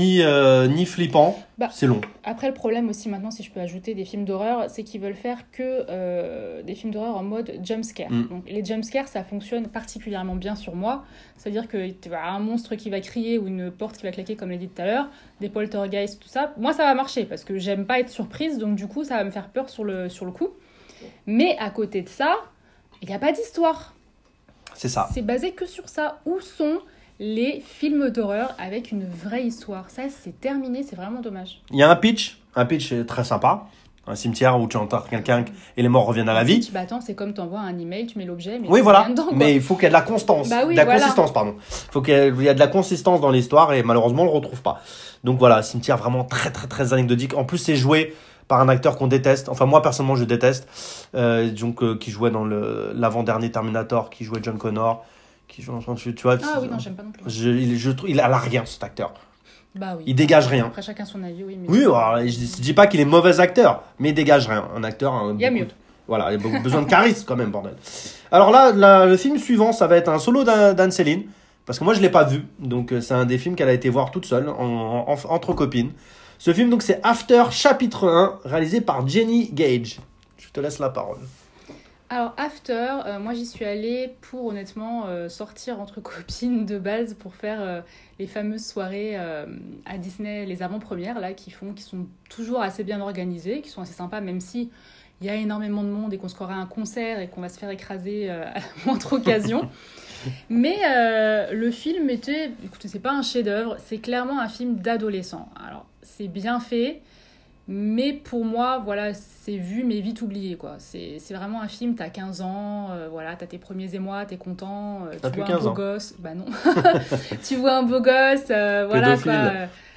Ni flippant, c'est long. Après, le problème aussi maintenant, si je peux ajouter des films d'horreur, c'est qu'ils veulent faire que des films d'horreur en mode jumpscare. Donc, les jumpscares, ça fonctionne particulièrement bien sur moi. C'est-à-dire que tu vas avoir un monstre qui va crier ou une porte qui va claquer, comme l'a dit tout à l'heure, des poltergeists, tout ça. Moi, ça va marcher parce que j'aime pas être surprise, donc du coup, ça va me faire peur sur le coup. Mais à côté de ça, il n'y a pas d'histoire. C'est ça. C'est basé que sur ça. Où sont les films d'horreur avec une vraie histoire? Ça, c'est terminé, c'est vraiment dommage. Il y a un pitch très sympa. Un cimetière où tu enterres quelqu'un et les morts reviennent à la vie. Bah attends, c'est comme t'envoies un email, tu mets l'objet, mais oui, voilà. rien dedans, mais il faut qu'il y ait de la constance. Consistance, pardon. Il faut qu'il y ait de la consistance dans l'histoire et malheureusement, on le retrouve pas. Donc voilà, cimetière vraiment très, très, très anecdotique. En plus, c'est joué par un acteur qu'on déteste. Enfin, moi, personnellement, je déteste. Qui jouait dans l'avant-dernier Terminator, qui jouait John Connor. Tu vois, oui, non, j'aime pas non plus. Je trouve il a rien, cet acteur. Bah oui. Il dégage rien. Après, chacun son avis, oui. Mais oui, alors, je dis pas qu'il est mauvais acteur, mais il dégage rien. Un acteur... Il y a mieux. Voilà, il y a besoin de charisme quand même, bordel. Alors là, le film suivant, ça va être un solo d'Anne-Céline, parce que moi, je l'ai pas vu. Donc, c'est un des films qu'elle a été voir toute seule, entre copines. Ce film, donc, c'est After, chapitre 1, réalisé par Jenny Gage. Je te laisse la parole. Alors, After, moi j'y suis allée pour honnêtement sortir entre copines de base pour faire les fameuses soirées à Disney, les avant-premières là, qui sont toujours assez bien organisées, qui sont assez sympas, même si il y a énormément de monde et qu'on se croirait à un concert et qu'on va se faire écraser à la moindre occasion. Mais le film écoutez, c'est pas un chef-d'œuvre, c'est clairement un film d'adolescent. Alors, c'est bien fait. Mais pour moi, voilà, c'est vu mais vite oublié, quoi. C'est vraiment un film, t'as 15 ans, voilà, t'as tes premiers émois, t'es content, tu vois un beau gosse. Bah non. Tu vois un beau gosse, voilà quoi.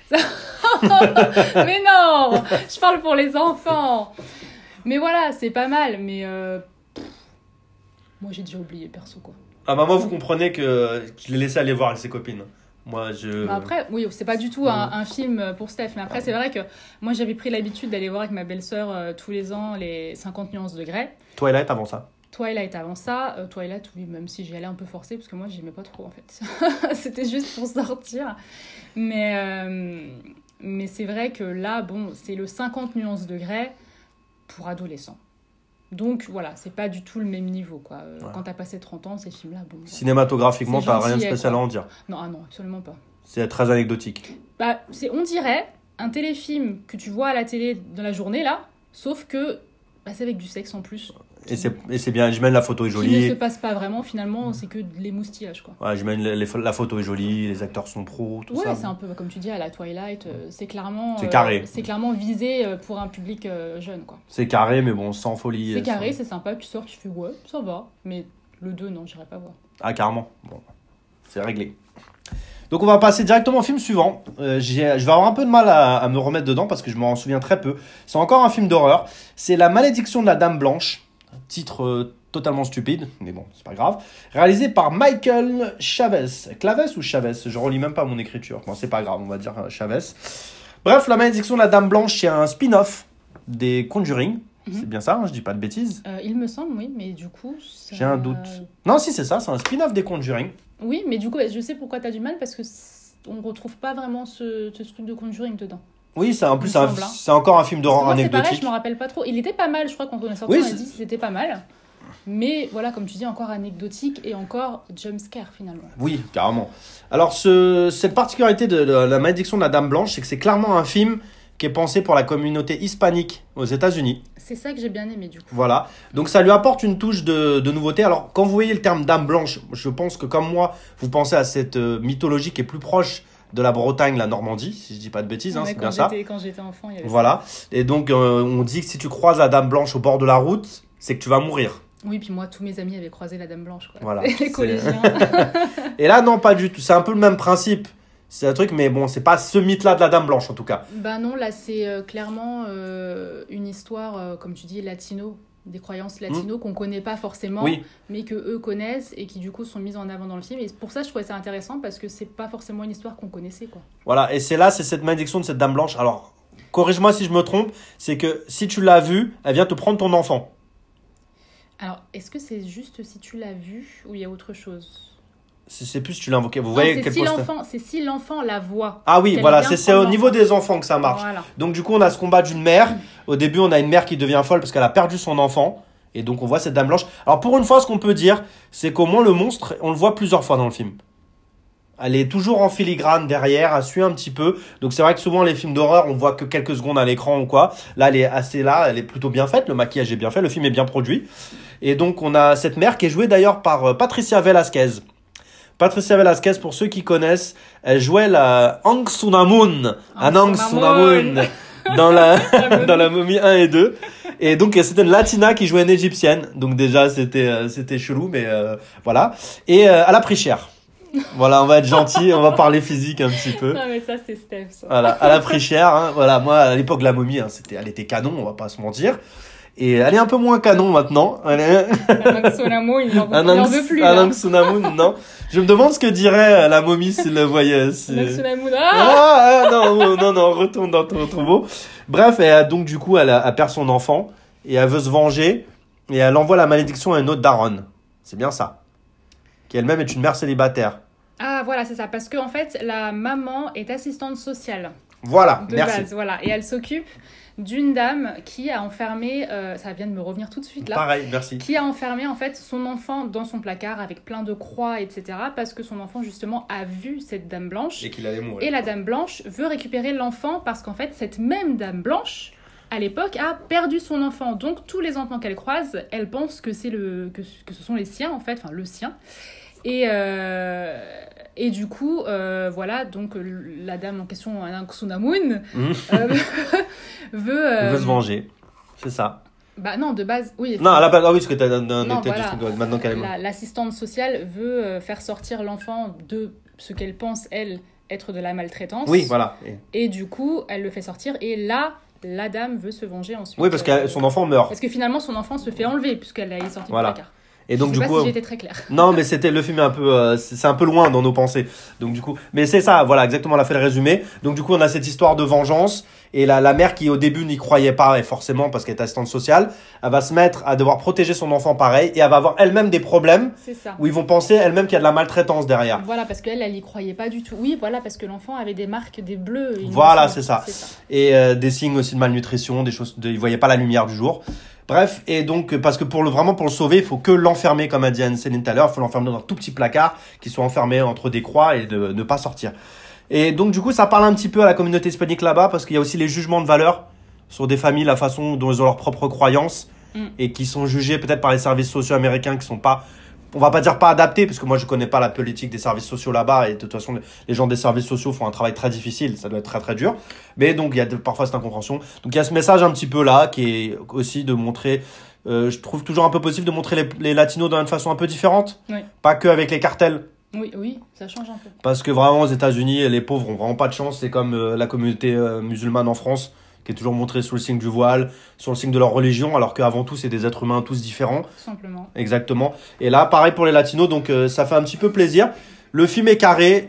Mais non, je parle pour les enfants. Mais voilà, c'est pas mal, mais moi j'ai déjà oublié perso, quoi. Ah bah moi, vous comprenez que je l'ai laissé aller voir avec ses copines. Moi, Après, oui, c'est pas du tout un film pour Steph, mais après, c'est vrai que moi, j'avais pris l'habitude d'aller voir avec ma belle-sœur tous les ans les 50 nuances de Grey. Twilight avant ça. Twilight, oui, même si j'y allais un peu forcé, parce que moi, j'aimais pas trop, en fait. C'était juste pour sortir. Mais c'est vrai que là, bon, c'est le 50 nuances de Grey pour adolescents. Donc voilà, c'est pas du tout le même niveau, quoi. Quand t'as passé 30 ans, ces films-là, bon... Cinématographiquement, t'as rien de spécial à en dire. Non, absolument pas. C'est très anecdotique. Bah, on dirait un téléfilm que tu vois à la télé dans la journée, là, sauf que c'est avec du sexe en plus. Et c'est bien, j'imagine la photo est jolie. Qui ne se passe pas vraiment, finalement, c'est que les moustillages, quoi. Ouais, j'imagine la photo est jolie, les acteurs sont pros, tout ça. Ouais, c'est un peu, comme tu dis, à la Twilight, c'est clairement... C'est carré. C'est clairement visé pour un public jeune, quoi. C'est carré, mais bon, sans folie. C'est carré, c'est sympa, tu sors, tu fais, ouais, ça va. Mais le 2, non, j'irai pas voir. Ah, carrément. Bon, c'est réglé. Donc on va passer directement au film suivant. Je vais avoir un peu de mal à me remettre dedans parce que je m'en souviens très peu. C'est encore un film d'horreur. C'est La malédiction de la Dame Blanche. Titre totalement stupide, mais bon, c'est pas grave. Réalisé par Michael Chavez. Claves ou Chavez? Je relis même pas mon écriture. Bon, c'est pas grave, on va dire Chavez. Bref, La Malédiction de la Dame Blanche, c'est un spin-off des Conjuring. C'est bien ça, hein, je dis pas de bêtises. Il me semble, oui, mais du coup... Ça... J'ai un doute. Non, si, c'est ça, c'est un spin-off des Conjuring. Oui, mais du coup, je sais pourquoi t'as du mal, parce que on retrouve pas vraiment ce truc de Conjuring dedans. Oui, c'est en plus c'est encore un film d'horreur anecdotique. C'est pareil, je me rappelle pas trop. Il était pas mal, je crois, quand on est sorti, on a dit que c'était pas mal. Mais voilà, comme tu dis, encore anecdotique et encore jumpscare finalement. Oui, carrément. Alors, cette particularité de La Malédiction de la Dame Blanche, c'est que c'est clairement un film qui est pensé pour la communauté hispanique aux États-Unis. C'est ça que j'ai bien aimé du coup. Voilà, donc ça lui apporte une touche de nouveauté. Alors, quand vous voyez le terme Dame Blanche, je pense que comme moi, vous pensez à cette mythologie qui est plus proche de la Bretagne, la Normandie, si je dis pas de bêtises, c'est bien ça. Quand j'étais enfant, il y avait voilà, ça. Et donc on dit que si tu croises la Dame Blanche au bord de la route, c'est que tu vas mourir. Oui, puis moi, tous mes amis avaient croisé la Dame Blanche, quoi. Voilà. Les collégiens. Et là, non, pas du tout. C'est un peu le même principe. C'est un truc, mais bon, c'est pas ce mythe-là de la Dame Blanche, en tout cas. Bah non, là, c'est clairement une histoire, comme tu dis, latino, des croyances latino qu'on connaît pas forcément, mais que eux connaissent et qui, du coup, sont mises en avant dans le film. Et pour ça, je trouvais ça intéressant parce que c'est pas forcément une histoire qu'on connaissait, quoi. Voilà, et c'est cette malédiction de cette Dame Blanche. Alors, corrige-moi si je me trompe, c'est que si tu l'as vue, elle vient te prendre ton enfant. Alors, est-ce que c'est juste si tu l'as vue ou il y a autre chose ? C'est plus si tu l'as invoqué. Vous voyez c'est si l'enfant la voit. Ah oui, voilà, c'est au niveau des enfants que ça marche. Voilà. Donc du coup, on a ce combat d'une mère. Au début, on a une mère qui devient folle parce qu'elle a perdu son enfant. Et donc, on voit cette Dame Blanche. Alors, pour une fois, ce qu'on peut dire, c'est qu'au moins le monstre, on le voit plusieurs fois dans le film. Elle est toujours en filigrane derrière, elle suit un petit peu. Donc c'est vrai que souvent les films d'horreur, on voit que quelques secondes à l'écran ou quoi. Là, elle est elle est plutôt bien faite, le maquillage est bien fait, le film est bien produit. Et donc on a cette mère qui est jouée d'ailleurs par Patricia Velasquez. Patricia Velasquez, pour ceux qui connaissent, elle jouait la Anck-Su-Namun, dans la Momie 1 et 2. Et donc c'était une latina qui jouait une égyptienne. Donc déjà c'était chelou, mais voilà. Et elle a pris cher. Voilà, on va être gentil, on va parler physique un petit peu. Non mais ça c'est Steph. Ça. Voilà, elle a pris cher. Hein. Voilà, moi à l'époque la momie, hein, elle était canon, on va pas se mentir. Et elle est un peu moins canon maintenant. Anck-Su-Namun, il n'en veut plus. Anck-Su-Namun, non. Je me demande ce que dirait la momie s'il le voyait. Anck-Su-Namun, non, retourne dans ton tombeau. Bref, donc du coup, elle perd son enfant et elle veut se venger et elle envoie la malédiction à une autre daronne. C'est bien ça. Qui elle-même est une mère célibataire. Ah voilà, c'est ça. Parce que en fait, la maman est assistante sociale. Voilà, de merci. Base, voilà. Et elle s'occupe d'une dame qui a enfermé, ça vient de me revenir tout de suite là. Pareil, merci. Qui a enfermé en fait son enfant dans son placard avec plein de croix, etc. Parce que son enfant justement a vu cette dame blanche. Et qu'il allait mourir. Et la dame blanche veut récupérer l'enfant parce qu'en fait cette même dame blanche, à l'époque, a perdu son enfant. Donc tous les enfants qu'elle croise, elle pense que c'est que ce sont les siens en fait, enfin le sien. Et du coup, voilà, donc la dame en question, Anck-Su-Namun, veut se venger, c'est ça. Bah non, de base, oui. Non, à la base, oui, parce que t'as maintenant qu'elle est morte. L'assistante sociale veut faire sortir l'enfant de ce qu'elle pense, elle, être de la maltraitance. Oui, voilà. Et du coup, elle le fait sortir, et là, la dame veut se venger ensuite. Oui, parce que son enfant meurt. Parce que finalement, son enfant se fait enlever, puisqu'elle est sortie du placard. Et donc, je sais pas si j'étais très claire. Non, mais le film est un peu, c'est un peu loin dans nos pensées. Donc du coup, mais c'est ça, voilà, exactement, on a fait le résumé. Donc du coup, on a cette histoire de vengeance et la mère qui au début n'y croyait pas, et forcément parce qu'elle est assistante sociale, elle va se mettre à devoir protéger son enfant pareil et elle va avoir elle-même des problèmes. C'est ça. Où ils vont penser elle-même qu'il y a de la maltraitance derrière. Voilà, parce qu'elle y croyait pas du tout. Oui, voilà, parce que l'enfant avait des marques, des bleus. Voilà, c'est ça. Et des signes aussi de malnutrition, des choses, il voyait pas la lumière du jour. Bref, et donc, parce que vraiment pour le sauver, il faut que l'enfermer, comme a dit Anne-Céline tout à l'heure, il faut l'enfermer dans un tout petit placard qui soit enfermé entre des croix et de ne pas sortir. Et donc, du coup, ça parle un petit peu à la communauté hispanique là-bas, parce qu'il y a aussi les jugements de valeur sur des familles, la façon dont ils ont leurs propres croyances, et qui sont jugées peut-être par les services sociaux américains qui sont pas, on va pas dire pas adaptés, parce que moi je connais pas la politique des services sociaux là-bas, et de toute façon les gens des services sociaux font un travail très difficile, ça doit être très très dur, mais donc il y a parfois cette incompréhension. Donc il y a ce message un petit peu là qui est aussi de montrer, je trouve toujours un peu possible de montrer les latinos d'une façon un peu différente, pas que avec les cartels. Oui, ça change un peu. Parce que vraiment aux États-Unis, les pauvres ont vraiment pas de chance, c'est comme la communauté musulmane en France qui est toujours montré sous le signe du voile, sous le signe de leur religion, alors qu'avant tout, c'est des êtres humains tous différents. Tout simplement. Exactement. Et là, pareil pour les latinos, donc ça fait un petit peu plaisir. Le film est carré,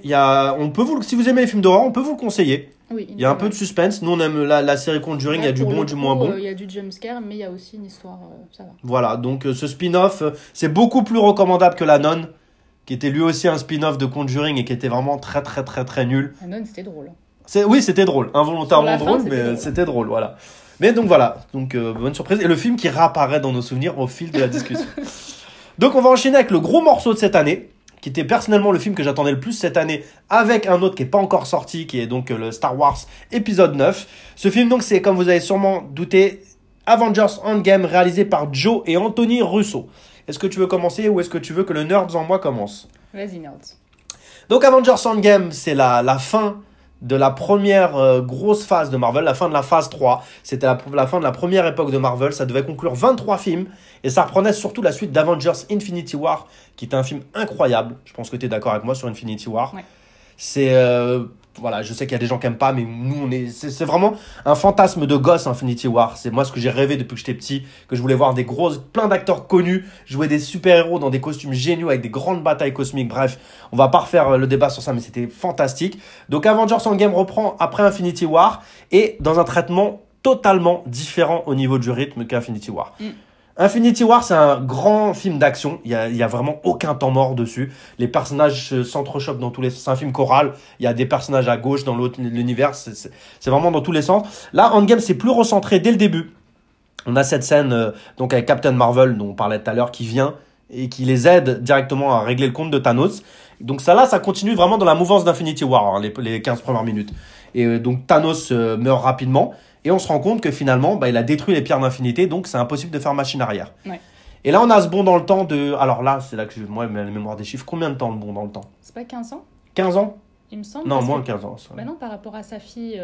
si vous aimez les films d'horreur, on peut vous le conseiller. Oui, il y a un peu de suspense. Nous, on aime la série Conjuring, il y a du bon et du moins bon. Il y a du jumpscare, mais il y a aussi une histoire, ça va. Voilà, donc ce spin-off, c'est beaucoup plus recommandable que La Nonne, qui était lui aussi un spin-off de Conjuring et qui était vraiment très très très très nul. La Nonne, c'était drôle. Oui, c'était drôle, involontairement drôle, mais drôle. c'était drôle, voilà. Mais donc voilà, bonne surprise. Et le film qui réapparaît dans nos souvenirs au fil de la discussion. Donc on va enchaîner avec le gros morceau de cette année, qui était personnellement le film que j'attendais le plus cette année, avec un autre qui n'est pas encore sorti, qui est donc le Star Wars épisode 9. Ce film, donc, c'est, comme vous avez sûrement douté, Avengers Endgame, réalisé par Joe et Anthony Russo. Est-ce que tu veux commencer ou est-ce que tu veux que le Nerds en moi commence ? Vas-y, Nerds. Donc Avengers Endgame, c'est la fin de la première grosse phase de Marvel, la fin de la phase 3. C'était la fin de la première époque de Marvel. Ça devait conclure 23 films. Et ça reprenait surtout la suite d'Avengers Infinity War, qui était un film incroyable. Je pense que tu es d'accord avec moi sur Infinity War. Ouais. C'est... voilà, je sais qu'il y a des gens qui n'aiment pas, mais nous, c'est vraiment un fantasme de gosse, Infinity War. C'est moi ce que j'ai rêvé depuis que j'étais petit, que je voulais voir plein d'acteurs connus, jouer des super-héros dans des costumes géniaux avec des grandes batailles cosmiques. Bref, on va pas refaire le débat sur ça, mais c'était fantastique. Donc Avengers Endgame reprend après Infinity War et dans un traitement totalement différent au niveau du rythme qu'Infinity War. Infinity War, c'est un grand film d'action. Il y a vraiment aucun temps mort dessus. Les personnages s'entrechoquent dans tous les... C'est un film choral. Il y a des personnages à gauche dans l'univers. C'est vraiment dans tous les sens. Là, Endgame, c'est plus recentré dès le début. On a cette scène donc avec Captain Marvel, dont on parlait tout à l'heure, qui vient et qui les aide directement à régler le compte de Thanos. Donc ça continue vraiment dans la mouvance d'Infinity War, hein, les 15 premières minutes. Et donc Thanos meurt rapidement. Et on se rend compte que finalement, il a détruit les pierres d'infinité, donc c'est impossible de faire machine arrière. Ouais. Et là, on a ce bond dans le temps de... Alors là, c'est là que moi, la mémoire des chiffres. Combien de temps le bond dans le temps ? C'est pas 15 ans ? 15 ans ? Il me semble. Non, moins 15 ans. Bah non, par rapport à sa fille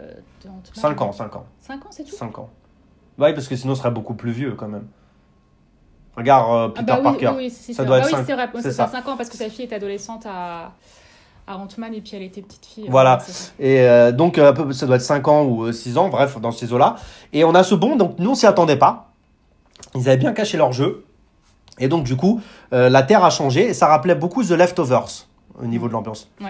de Ant-Man. 5 ans. 5 ans, c'est tout ? 5 ans. Oui, parce que sinon, ce serait beaucoup plus vieux quand même. Regarde Peter Parker. Oui, ça doit être 5 c'est vrai. C'est ça. 5 ans parce que sa fille est adolescente à Ant-Man et puis elle était petite fille. Voilà. Et donc, ça doit être 5 ans ou 6 ans, bref, dans ces eaux-là. Et on a ce bond, donc nous, on s'y attendait pas. Ils avaient bien caché leur jeu. Et donc, du coup, la Terre a changé et ça rappelait beaucoup The Leftovers au niveau de l'ambiance. Ouais.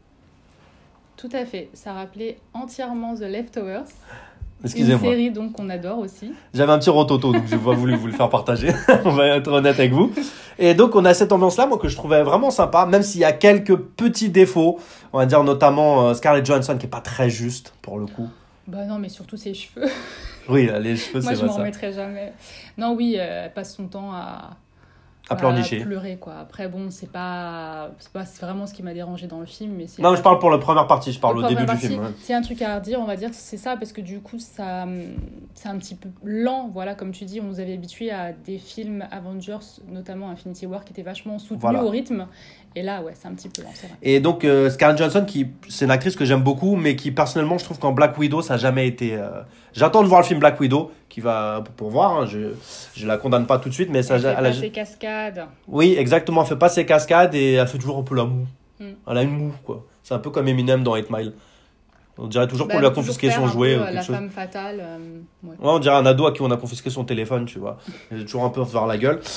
Tout à fait. Ça rappelait entièrement The Leftovers. Excusez-moi. Une série donc qu'on adore aussi. J'avais un petit rototo, donc j'ai pas voulu vous le faire partager. On va être honnête avec vous. Et donc, on a cette ambiance-là, moi, que je trouvais vraiment sympa, même s'il y a quelques petits défauts. On va dire notamment Scarlett Johansson, qui est pas très juste, pour le coup. Bah non, mais surtout ses cheveux. Oui, les cheveux, moi, c'est vrai ça. Moi, je m'en remettrai jamais. Non, oui, elle passe son temps à pleurnicher. Pleurer, quoi. Après, bon, c'est vraiment ce qui m'a dérangé dans le film. Mais non, je parle pour la première partie, je parle au début du film. Ouais. S'il y a un truc à redire, on va dire que c'est ça, parce que du coup, c'est un petit peu lent. Voilà, comme tu dis, on nous avait habitués à des films Avengers, notamment Infinity War, qui étaient vachement soutenus au rythme. Et là, ouais, c'est un petit peu lent, c'est vrai. Et donc, Scarlett Johansson, c'est une actrice que j'aime beaucoup, mais qui, personnellement, je trouve qu'en Black Widow, ça n'a jamais été... J'attends de voir le film Black Widow, qui va pour voir. Hein, je la condamne pas tout de suite, mais ça... Elle fait pas ses cascades. Oui, exactement. Elle fait pas ses cascades et elle fait toujours un peu la moue. Elle a une moue, quoi. C'est un peu comme Eminem dans 8 Mile. On dirait toujours qu'on lui a confisqué son jouet. La femme fatale. Ouais, on dirait un ado à qui on a confisqué son téléphone, tu vois. Elle est toujours un peu vers la gueule.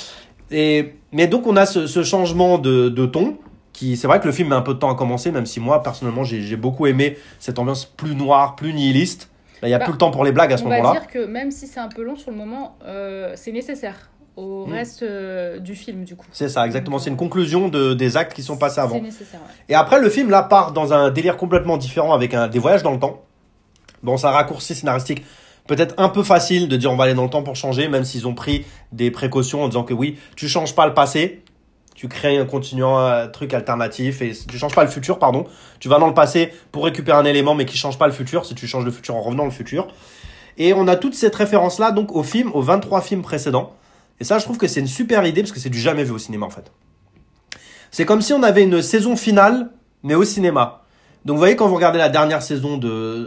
Mais donc, on a ce changement de ton. C'est vrai que le film met un peu de temps à commencer, même si moi, personnellement, j'ai beaucoup aimé cette ambiance plus noire, plus nihiliste. Là, il n'y a plus le temps pour les blagues à ce moment-là. On va dire que même si c'est un peu long sur le moment, c'est nécessaire au reste du film, du coup. C'est ça, exactement. Donc, c'est une conclusion des actes qui sont passés avant. C'est nécessaire, ouais. Et après, le film, là, part dans un délire complètement différent avec des voyages dans le temps. Bon, c'est un raccourci scénaristique peut-être un peu facile de dire on va aller dans le temps pour changer, même s'ils ont pris des précautions en disant que oui, tu changes pas le passé. Tu crées un truc alternatif et tu changes pas le futur, pardon. Tu vas dans le passé pour récupérer un élément, mais qui change pas le futur. Si tu changes le futur en revenant au futur. Et on a toute cette référence-là, donc, aux 23 films précédents. Et ça, je trouve que c'est une super idée parce que c'est du jamais vu au cinéma, en fait. C'est comme si on avait une saison finale, mais au cinéma. Donc, vous voyez, quand vous regardez la dernière saison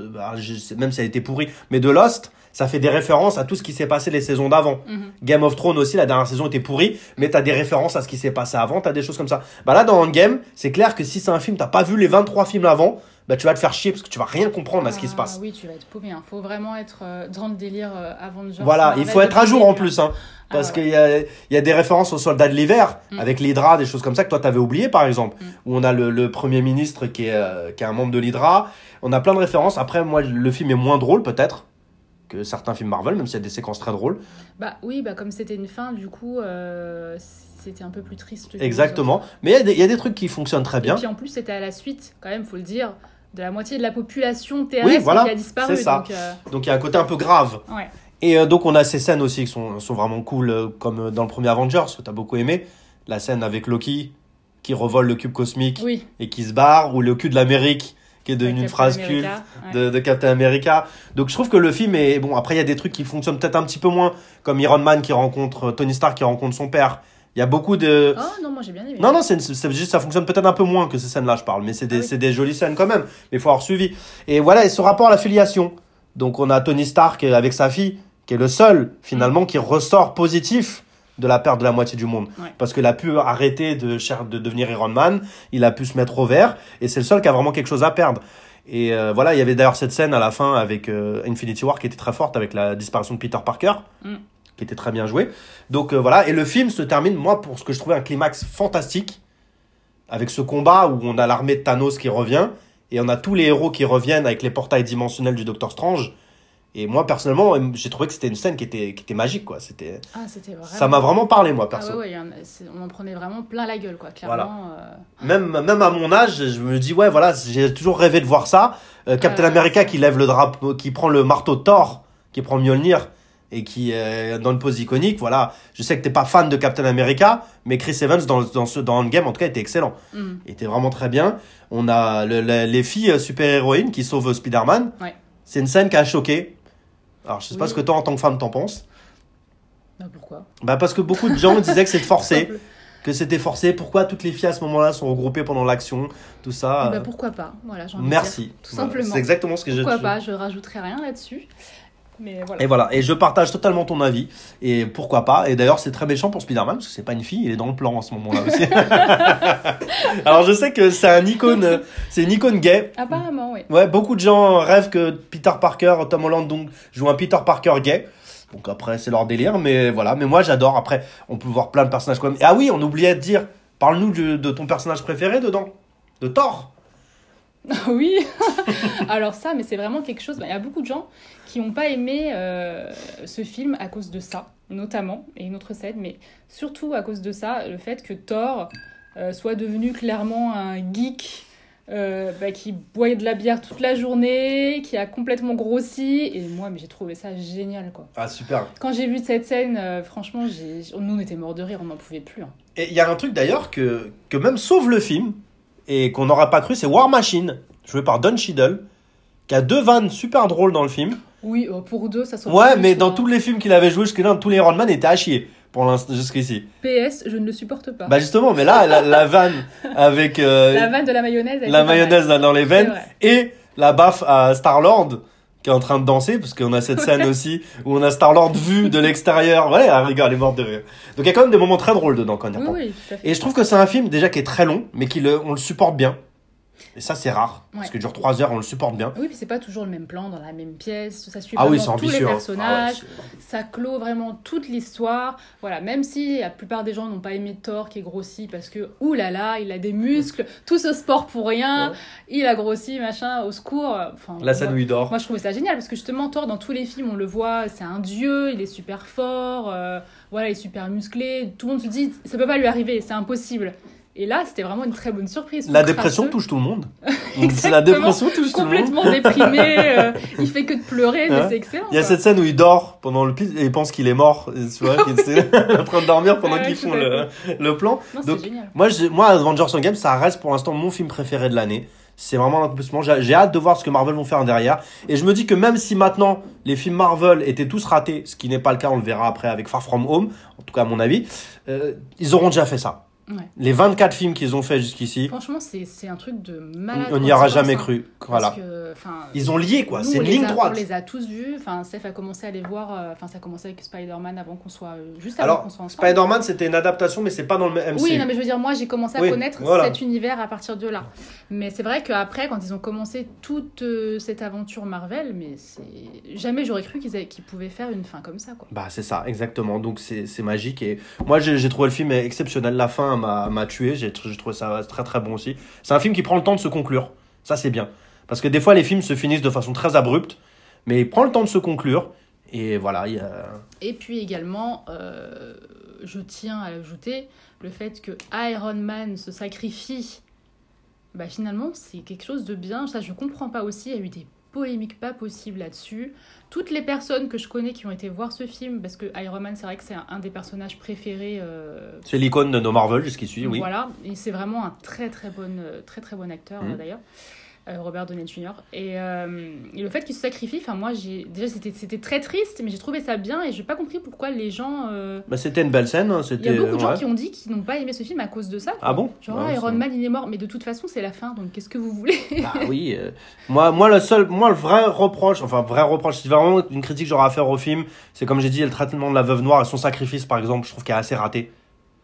même si elle était pourrie, mais de Lost, ça fait des références à tout ce qui s'est passé les saisons d'avant. Game of Thrones aussi, la dernière saison était pourrie, mais t'as des références à ce qui s'est passé avant, t'as des choses comme ça. Là, dans Endgame, c'est clair que si c'est un film, t'as pas vu les 23 films avant, bah, tu vas te faire chier parce que tu vas rien comprendre à ce qui se passe. Oui, tu vas être paumé. Il faut vraiment être dans le délire Avengers. Voilà, il faut être à jour en plus. Hein, parce qu'il y a des références aux soldats de l'hiver, avec l'Hydra, des choses comme ça que toi t'avais oublié par exemple. Où on a le Premier ministre qui est un membre de l'Hydra. On a plein de références. Après, moi, le film est moins drôle peut-être que certains films Marvel, même s'il y a des séquences très drôles. Bah oui, comme c'était une fin, du coup, c'était un peu plus triste. Exactement. Mais il y a des trucs qui fonctionnent très bien. Et puis en plus, c'était à la suite, quand même, faut le dire, de la moitié de la population terrestre qui a disparu. C'est ça. Donc il y a un côté un peu grave. Ouais. Et donc on a ces scènes aussi qui sont vraiment cool, comme dans le premier Avengers, que tu as beaucoup aimé. La scène avec Loki qui revole le cube cosmique et qui se barre, ou le cul de l'Amérique qui est devenu une phrase culte de Captain America. Donc je trouve que le film est... Bon, après il y a des trucs qui fonctionnent peut-être un petit peu moins, comme Iron Man qui rencontre Tony Stark qui rencontre son père. Il y a beaucoup de... Oh non, moi j'ai bien aimé. Non, c'est juste, ça fonctionne peut-être un peu moins que ces scènes-là, je parle. Mais c'est des jolies scènes quand même. Mais il faut avoir suivi. Et voilà, et ce rapport à la filiation. Donc on a Tony Stark avec sa fille, qui est le seul, finalement, qui ressort positif de la perte de la moitié du monde. Ouais. Parce qu'il a pu arrêter de devenir Iron Man. Il a pu se mettre au vert. Et c'est le seul qui a vraiment quelque chose à perdre. Et voilà, il y avait d'ailleurs cette scène à la fin avec Infinity War qui était très forte avec la disparition de Peter Parker. Qui était très bien joué. Donc voilà, et le film se termine, moi, pour ce que je trouvais un climax fantastique, avec ce combat où on a l'armée de Thanos qui revient, et on a tous les héros qui reviennent avec les portails dimensionnels du Docteur Strange. Et moi, personnellement, j'ai trouvé que c'était une scène qui était magique, quoi. C'était vraiment... Ça m'a vraiment parlé, moi, perso. On en prenait vraiment plein la gueule, quoi, clairement. Voilà. Même à mon âge, je me dis, ouais, voilà, j'ai toujours rêvé de voir ça. Captain America qui lève le drapeau, qui prend le marteau de Thor, qui prend Mjolnir, et qui est dans une pose iconique. Voilà, je sais que t'es pas fan de Captain America, mais Chris Evans dans Endgame en tout cas était excellent. Il était vraiment très bien. On a les filles super-héroïnes qui sauvent Spider-Man. Ouais. C'est une scène qui a choqué. Alors je sais pas ce que toi en tant que femme t'en penses. Pourquoi ? Parce que beaucoup de gens disaient que c'était forcé. Que c'était forcé. Pourquoi toutes les filles à ce moment-là sont regroupées pendant l'action, tout ça. Pourquoi pas ? Voilà, j'ai envie Merci. De dire, tout simplement. C'est exactement ce que pourquoi pas ? Je rajouterai rien là-dessus. Mais voilà. Et voilà, et je partage totalement ton avis, et pourquoi pas, et d'ailleurs c'est très méchant pour Spider-Man, parce que c'est pas une fille, il est dans le plan en ce moment-là aussi. Alors je sais que c'est une icône gay. Apparemment, oui. Ouais, beaucoup de gens rêvent que Peter Parker, Tom Holland donc, joue un Peter Parker gay, donc après c'est leur délire, mais voilà, mais moi j'adore, après on peut voir plein de personnages comme... Ah oui, on oubliait de dire, parle-nous de ton personnage préféré dedans, de Thor. Oui, alors ça, mais c'est vraiment quelque chose. Il y a beaucoup de gens qui n'ont pas aimé ce film à cause de ça, notamment, et une autre scène, mais surtout à cause de ça, le fait que Thor soit devenu clairement un geek qui boit de la bière toute la journée, qui a complètement grossi, et moi, mais j'ai trouvé ça génial, quoi. Ah, super. Quand j'ai vu cette scène, franchement, nous on était morts de rire, on n'en pouvait plus. Hein. Et il y a un truc d'ailleurs que même sauve le film, et qu'on n'aurait pas cru, c'est War Machine, joué par Don Cheadle, qui a 2 vannes super drôles dans le film. Oui, pour 2, ça sort. Ouais, mais dans tous les films qu'il avait joué jusque-là, tous les Iron Man étaient à chier, pour l'instant, jusqu'ici. PS, je ne le supporte pas. Justement, mais là, la vanne avec... la vanne de la mayonnaise. La mayonnaise là, dans les veines, et la baffe à Star-Lord, qui est en train de danser, parce qu'on a cette scène aussi, où on a Star-Lord vu de l'extérieur. Ouais, regarde, elle est morte de rire. Donc il y a quand même des moments très drôles dedans, quand on y repense. Oui, tout à fait. Et je trouve que c'est un film, déjà, qui est très long, mais on le supporte bien. Et ça, c'est rare. Parce que dure 3 heures, on le supporte bien. Oui, puis c'est pas toujours le même plan, dans la même pièce. Ça suit vraiment tous les personnages. Ça clôt vraiment toute l'histoire. Voilà, même si la plupart des gens n'ont pas aimé Thor qui est grossi parce que, oulala, il a des muscles, tout ce sport pour rien, il a grossi, machin, au secours. Enfin, la scène où il dort. Moi, je trouvais ça génial parce que justement, Thor, dans tous les films, on le voit, c'est un dieu, il est super fort, il est super musclé. Tout le monde se dit, ça peut pas lui arriver, c'est impossible. Et là, c'était vraiment une très bonne surprise. La dépression touche tout le monde. La dépression touche tout le monde. Complètement déprimé, il fait que de pleurer, mais c'est excellent. Il y a cette scène où il dort pendant le pitch et il pense qu'il est mort. Et tu vois, qu'il est en train de dormir pendant qu'ils font le plan. Non, donc, c'est génial. Moi, Avengers Endgame, ça reste pour l'instant mon film préféré de l'année. C'est vraiment un accomplissement. J'ai hâte de voir ce que Marvel vont faire derrière. Et je me dis que même si maintenant les films Marvel étaient tous ratés, ce qui n'est pas le cas, on le verra après avec Far From Home, en tout cas à mon avis, ils auront déjà fait ça. Ouais. Les 24 films qu'ils ont fait jusqu'ici. Franchement, c'est un truc de malade. On n'y aura jamais cru. Voilà. Que, ils ont lié, quoi. Nous, c'est une ligne droite. On les a tous vus. Steph a commencé à les voir. Ça a commencé avec Spider-Man avant qu'on soit. Juste avant Alors, qu'on soit ensemble. Spider-Man, c'était une adaptation, mais c'est pas dans le MCU. Oui, non, mais je veux dire, moi, j'ai commencé à connaître cet univers à partir de là. Mais c'est vrai qu'après, quand ils ont commencé toute cette aventure Marvel, mais jamais j'aurais cru qu'ils pouvaient faire une fin comme ça, quoi. Bah, c'est ça, exactement. Donc, c'est magique. Et moi, j'ai trouvé le film exceptionnel. La fin m'a tué. J'ai trouvé ça très très bon aussi. C'est un film qui prend le temps de se conclure. Ça, c'est bien. Parce que des fois, les films se finissent de façon très abrupte, mais il prend le temps de se conclure. Et voilà. Et puis également, je tiens à ajouter le fait que Iron Man se sacrifie. Bah, finalement, c'est quelque chose de bien. Ça, je comprends pas aussi. Il y a eu des polémiques pas possibles là-dessus. Toutes les personnes que je connais qui ont été voir ce film, parce que Iron Man, c'est vrai que c'est un des personnages préférés. C'est l'icône de nos Marvel jusqu'ici, oui. Voilà, et c'est vraiment un très très bon acteur d'ailleurs. Robert Downey Jr. Et le fait qu'il se sacrifie, moi, déjà c'était très triste, mais j'ai trouvé ça bien et j'ai pas compris pourquoi les gens. Bah, c'était une belle scène. Il y a beaucoup de gens qui ont dit qu'ils n'ont pas aimé ce film à cause de ça. Ah bon? Genre Iron Man il est mort, mais de toute façon c'est la fin, donc qu'est-ce que vous voulez? Bah oui. Moi le vrai reproche, c'est vraiment une critique que j'aurais à faire au film, c'est comme j'ai dit, le traitement de la veuve noire et son sacrifice par exemple, je trouve qu'elle est assez ratée.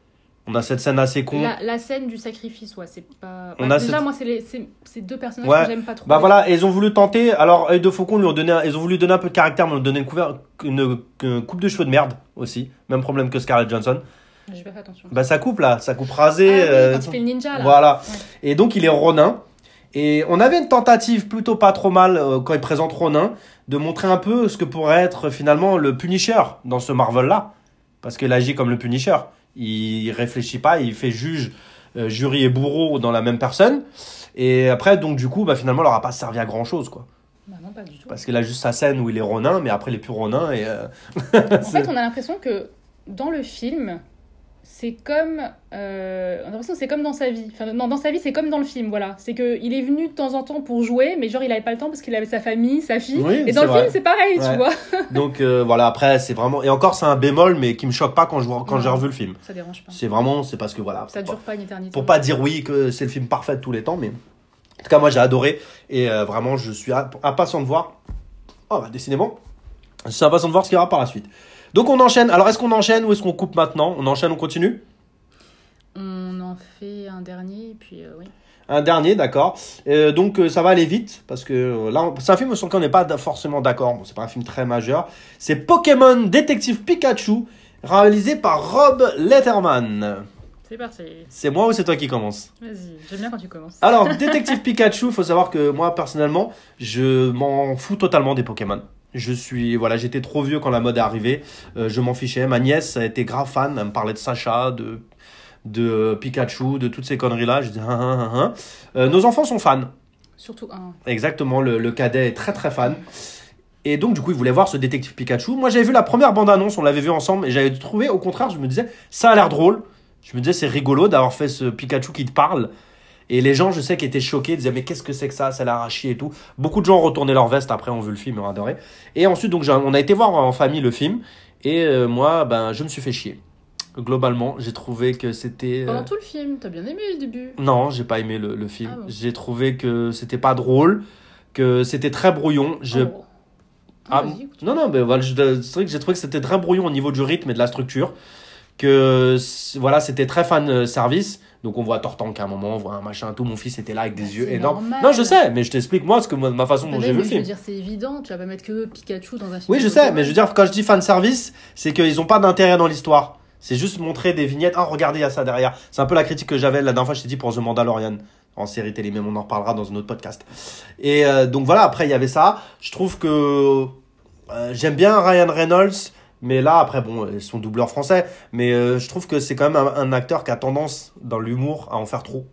On a cette scène assez con. La scène du sacrifice, c'est pas. Déjà, moi, c'est deux personnages que j'aime pas trop. Bah voilà, et ils ont voulu tenter. Alors, Œil de Faucon, ils ont voulu donner un peu de caractère, mais ils ont donné une coupe de cheveux de merde aussi. Même problème que Scarlett Johansson. J'ai pas fait attention. Bah, ça coupe là, ça coupe rasé. Quand il fait le ninja là. Voilà. Ouais. Et donc, il est Ronin. Et on avait une tentative plutôt pas trop mal quand il présente Ronin, de montrer un peu ce que pourrait être finalement le Punisher dans ce Marvel là. Parce qu'il agit comme le Punisher. Il réfléchit pas, il fait juge, jury et bourreau dans la même personne. Et après, donc du coup, finalement, il n'aura pas servi à grand chose, quoi. Bah non, pas du tout. Parce qu'il a juste sa scène où il est Ronin, mais après, il est plus Ronin. Et en fait, on a l'impression que dans le film, c'est comme. On a l'impression que c'est comme dans sa vie. Non, dans sa vie, c'est comme dans le film, voilà. C'est qu'il est venu de temps en temps pour jouer, mais genre, il avait pas le temps parce qu'il avait sa famille, sa fille. Oui, et dans le film, c'est pareil, tu vois. Donc voilà, après, c'est vraiment. Et encore, c'est un bémol, mais qui me choque pas quand j'ai revu le film. Ça dérange pas. C'est parce que voilà. Ça dure pas une éternité. Pour pas dire oui que c'est le film parfait de tous les temps, mais. En tout cas, moi, j'ai adoré. Et vraiment, je suis impatient de voir. Oh, décidément. Je suis impatient de voir ce qu'il y aura par la suite. Donc, on enchaîne. Alors, est-ce qu'on enchaîne ou est-ce qu'on coupe maintenant? On enchaîne, on continue? On en fait un dernier, et puis oui. Un dernier, d'accord. Donc, ça va aller vite, parce que là, c'est un film sur lequel on n'est pas forcément d'accord. Bon, c'est pas un film très majeur. C'est Pokémon Détective Pikachu, réalisé par Rob Letterman. C'est parti. C'est moi ou c'est toi qui commence? Vas-y, j'aime bien quand tu commences. Alors, Détective Pikachu, il faut savoir que moi, personnellement, je m'en fous totalement des Pokémon. J'étais trop vieux quand la mode est arrivée. Je m'en fichais. Ma nièce a été grave fan. Elle me parlait de Sacha, de Pikachu, de toutes ces conneries-là. Je dis, nos enfants sont fans. Surtout un. Exactement, le cadet est très très fan. Et donc, du coup, il voulait voir ce détective Pikachu. Moi, j'avais vu la première bande-annonce, on l'avait vu ensemble, et j'avais trouvé, au contraire, je me disais, ça a l'air drôle. Je me disais, c'est rigolo d'avoir fait ce Pikachu qui te parle. Et les gens, je sais, qui étaient choqués, disaient, mais qu'est-ce que c'est que ça a l'air à chier et tout. Beaucoup de gens ont retourné leur veste après, ont vu le film, ont adoré. Et ensuite, donc, on a été voir en famille le film. Et moi, je me suis fait chier. Globalement, j'ai trouvé que c'était... Pendant tout le film, t'as bien aimé le début? Non, j'ai pas aimé le film. Ah bon. J'ai trouvé que c'était pas drôle, que c'était très brouillon. Non, mais voilà, c'est vrai que j'ai trouvé que c'était très brouillon au niveau du rythme et de la structure. Que voilà, c'était très fan service. Donc on voit Tortank à un moment, on voit un machin, tout. Mon fils était là avec des yeux énormes. Normal. Non, je sais, mais je t'explique moi ma façon dont j'ai vu le film. Je veux dire, c'est évident, tu vas pas mettre que Pikachu dans un film. Oui, je sais, mais je veux dire, quand je dis fan service, c'est qu'ils ont pas d'intérêt dans l'histoire. C'est juste montrer des vignettes. Ah, regardez, il y a ça derrière. C'est un peu la critique que j'avais la dernière fois, je t'ai dit, pour The Mandalorian, en série télé, mais on en reparlera dans un autre podcast. Et donc voilà, après, il y avait ça. Je trouve que j'aime bien Ryan Reynolds, mais là, après, bon, son doubleur français, mais je trouve que c'est quand même un acteur qui a tendance, dans l'humour, à en faire trop.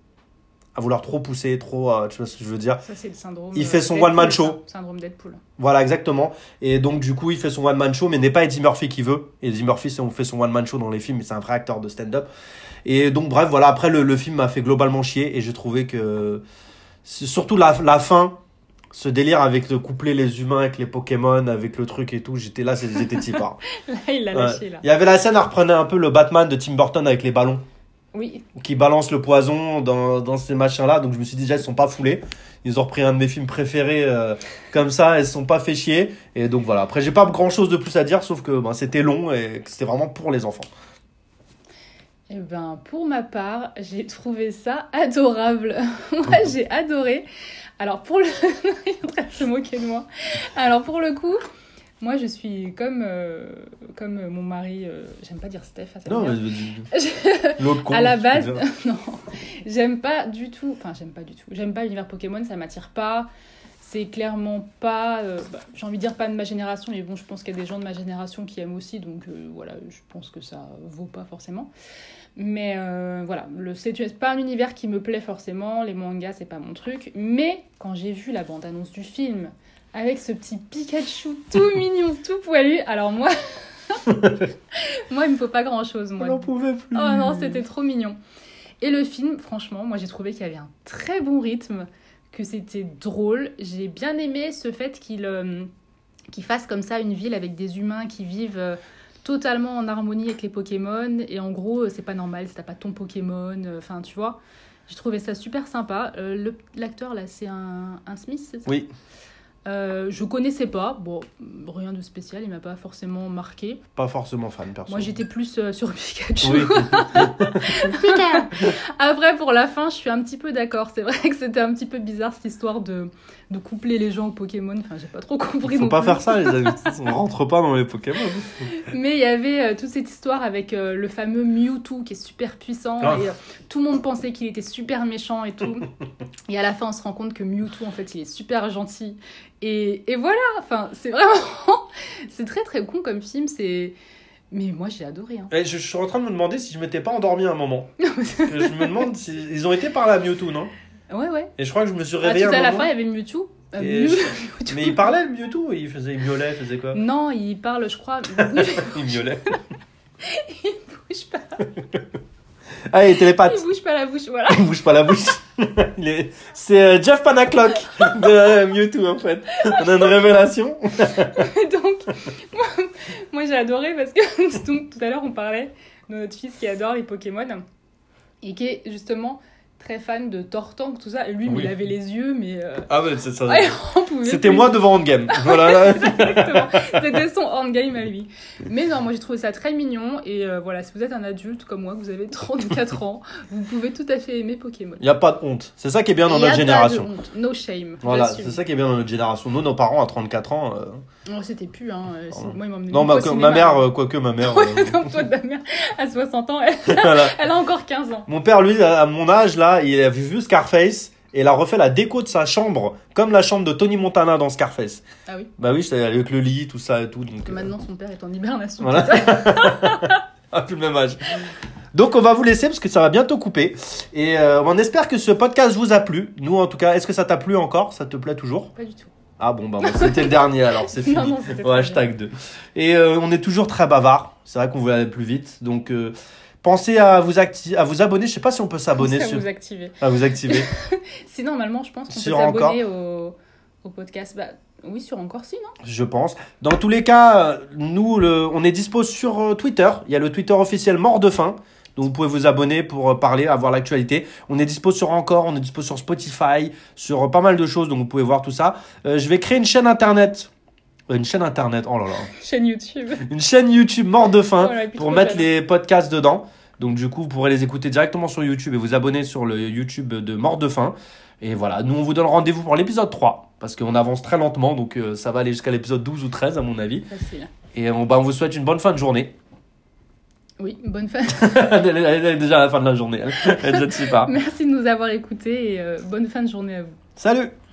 À vouloir trop pousser, trop, tu vois ce que je veux dire. Ça, c'est le syndrome. Il fait son one-man show. Syndrome Deadpool. Voilà, exactement. Et donc, du coup, il fait son one-man show, mais n'est pas Eddie Murphy qui veut. Eddie Murphy, on fait son one-man show dans les films, mais c'est un vrai acteur de stand-up. Et donc, bref, voilà. Après, le film m'a fait globalement chier, et j'ai trouvé que, surtout la fin, ce délire avec le coupler les humains avec les Pokémon, avec le truc et tout, j'étais tipard. Là, il l'a lâché, là. Il y avait la scène, elle reprenait un peu le Batman de Tim Burton avec les ballons. Oui. Qui balancent le poison dans ces machins-là. Donc je me suis dit déjà, ils ne sont pas foulés. Ils ont repris un de mes films préférés comme ça, ils ne se sont pas fait chier. Et donc voilà, après j'ai pas grand-chose de plus à dire, sauf que c'était long et que c'était vraiment pour les enfants. Eh ben, pour ma part, j'ai trouvé ça adorable. Moi, j'ai adoré. Alors, il est en train de se moquer de moi. Alors, pour le coup, moi, je suis comme mon mari. J'aime pas dire Steph à sa mère. L'autre con. À la base, non. J'aime pas du tout. J'aime pas l'univers Pokémon, ça m'attire pas. C'est clairement pas, j'ai envie de dire pas de ma génération, mais bon, je pense qu'il y a des gens de ma génération qui aiment aussi, donc voilà, je pense que ça vaut pas forcément. Mais voilà, c'est pas un univers qui me plaît forcément, les mangas, c'est pas mon truc. Mais quand j'ai vu la bande-annonce du film, avec ce petit Pikachu tout mignon, tout poilu, alors moi, il me faut pas grand-chose, moi. On n'en pouvait plus. Oh non, c'était trop mignon. Et le film, franchement, moi j'ai trouvé qu'il y avait un très bon rythme, que c'était drôle. J'ai bien aimé ce fait qu'il fasse comme ça une ville avec des humains qui vivent totalement en harmonie avec les Pokémon. Et en gros, c'est pas normal si t'as pas ton Pokémon. Enfin, tu vois. J'ai trouvé ça super sympa. L'acteur, là, c'est un Smith, c'est ça ? Oui. Je connaissais pas. Bon, rien de spécial. Il m'a pas forcément marqué. Pas forcément fan, perso. Moi, j'étais plus sur Pikachu. Oui. Après, pour la fin, je suis un petit peu d'accord. C'est vrai que c'était un petit peu bizarre, cette histoire de coupler les gens aux Pokémon. Enfin, j'ai pas trop compris. Faut pas faire ça, les amis. On rentre pas dans les Pokémon. Mais il y avait toute cette histoire avec le fameux Mewtwo qui est super puissant. Oh. Et tout le monde pensait qu'il était super méchant et tout. Et à la fin, on se rend compte que Mewtwo, en fait, il est super gentil. Et voilà, enfin, c'est vraiment... c'est très très con comme film, mais moi j'ai adoré. Hein. Et je suis en train de me demander si je m'étais pas endormi un moment. Parce que je me demande si... Ils ont été par là, Mewtwo, non ? Ouais. Et je crois que je me suis réveillé tout un à la moment. fin, il y avait Mewtwo. Mais il parlait, le Mewtwo, il miaulait, il faisait quoi ? Non, il parle, je crois... Il miaulait. Il bouge pas. Ah, il télépathe. Il bouge pas la bouche, voilà. Il bouge pas la bouche. C'est Jeff Panaclock de Mewtwo, en fait. On a une révélation. Donc, moi j'ai adoré parce que donc, tout à l'heure on parlait de notre fils qui adore les Pokémon et qui est justement très fan de Tortank, tout ça. Et lui, Oui. il avait les yeux, mais... Ah ouais, c'est ça. Ouais, on pouvait C'était plus. moi devant Endgame. Voilà. Exactement. C'était son endgame à lui. Mais non, moi j'ai trouvé ça très mignon. Et voilà, si vous êtes un adulte comme moi, que vous avez 34 ans, vous pouvez tout à fait aimer Pokémon. Il n'y a pas de honte. C'est ça qui est bien dans Il y a notre pas génération. de honte. No shame. Voilà, j'assume. c'est ça qui est bien dans notre génération. Nous, nos parents à 34 ans. Non, c'était plus, hein. Moi, ils m'emmenaient Non, beaucoup au ma cinéma. mère, quoique ma mère. Ouais, comme toi, ta mère, à 60 ans, Voilà. elle a encore 15 ans. Mon père, lui, à mon âge, là, il avait vu Scarface et il a refait la déco de sa chambre comme la chambre de Tony Montana dans Scarface. Ah oui. Bah oui, c'était avec le lit, tout ça et tout. Donc, Maintenant, son père est en hibernation. voilà. Ah, plus le même âge. Donc, on va vous laisser parce que ça va bientôt couper. Et on espère que ce podcast vous a plu. Nous, en tout cas, est-ce que ça t'a plu encore ? Ça te plaît toujours ? Pas du tout. Ah bon, bah c'était le dernier alors, c'est fini. Non, c'était Ouais, hashtag 2. Et on est toujours très bavard. C'est vrai qu'on voulait aller plus vite. Donc, pensez à vous abonner. Je sais pas si on peut s'abonner Pensez sur... à vous activer. À vous activer. Si, normalement, je pense qu'on peut Sur s'abonner au podcast. Bah, oui, sur Encore si, non ? Je pense. Dans tous les cas, nous, on est dispo sur Twitter. Il y a le Twitter officiel Mort de Faim. Donc, vous pouvez vous abonner pour parler, avoir l'actualité. On est dispo sur Encore, on est dispo sur Spotify, sur pas mal de choses. Donc, vous pouvez voir tout ça. Je vais créer une chaîne internet. Une chaîne internet, oh là là. Chaîne YouTube. Une chaîne YouTube Mort de Faim Voilà, et puis pour trop mettre jeune. les podcasts dedans. Donc, du coup, vous pourrez les écouter directement sur YouTube et vous abonner sur le YouTube de Mort de Faim. Et voilà, nous, on vous donne rendez-vous pour l'épisode 3 parce qu'on avance très lentement. Donc, ça va aller jusqu'à l'épisode 12 ou 13, à mon avis. Facile. Et on vous souhaite une bonne fin de journée. Oui, bonne fin. Elle est déjà à la fin de la journée. Elle est déjà dessus pas. Merci de nous avoir écoutés et bonne fin de journée à vous. Salut!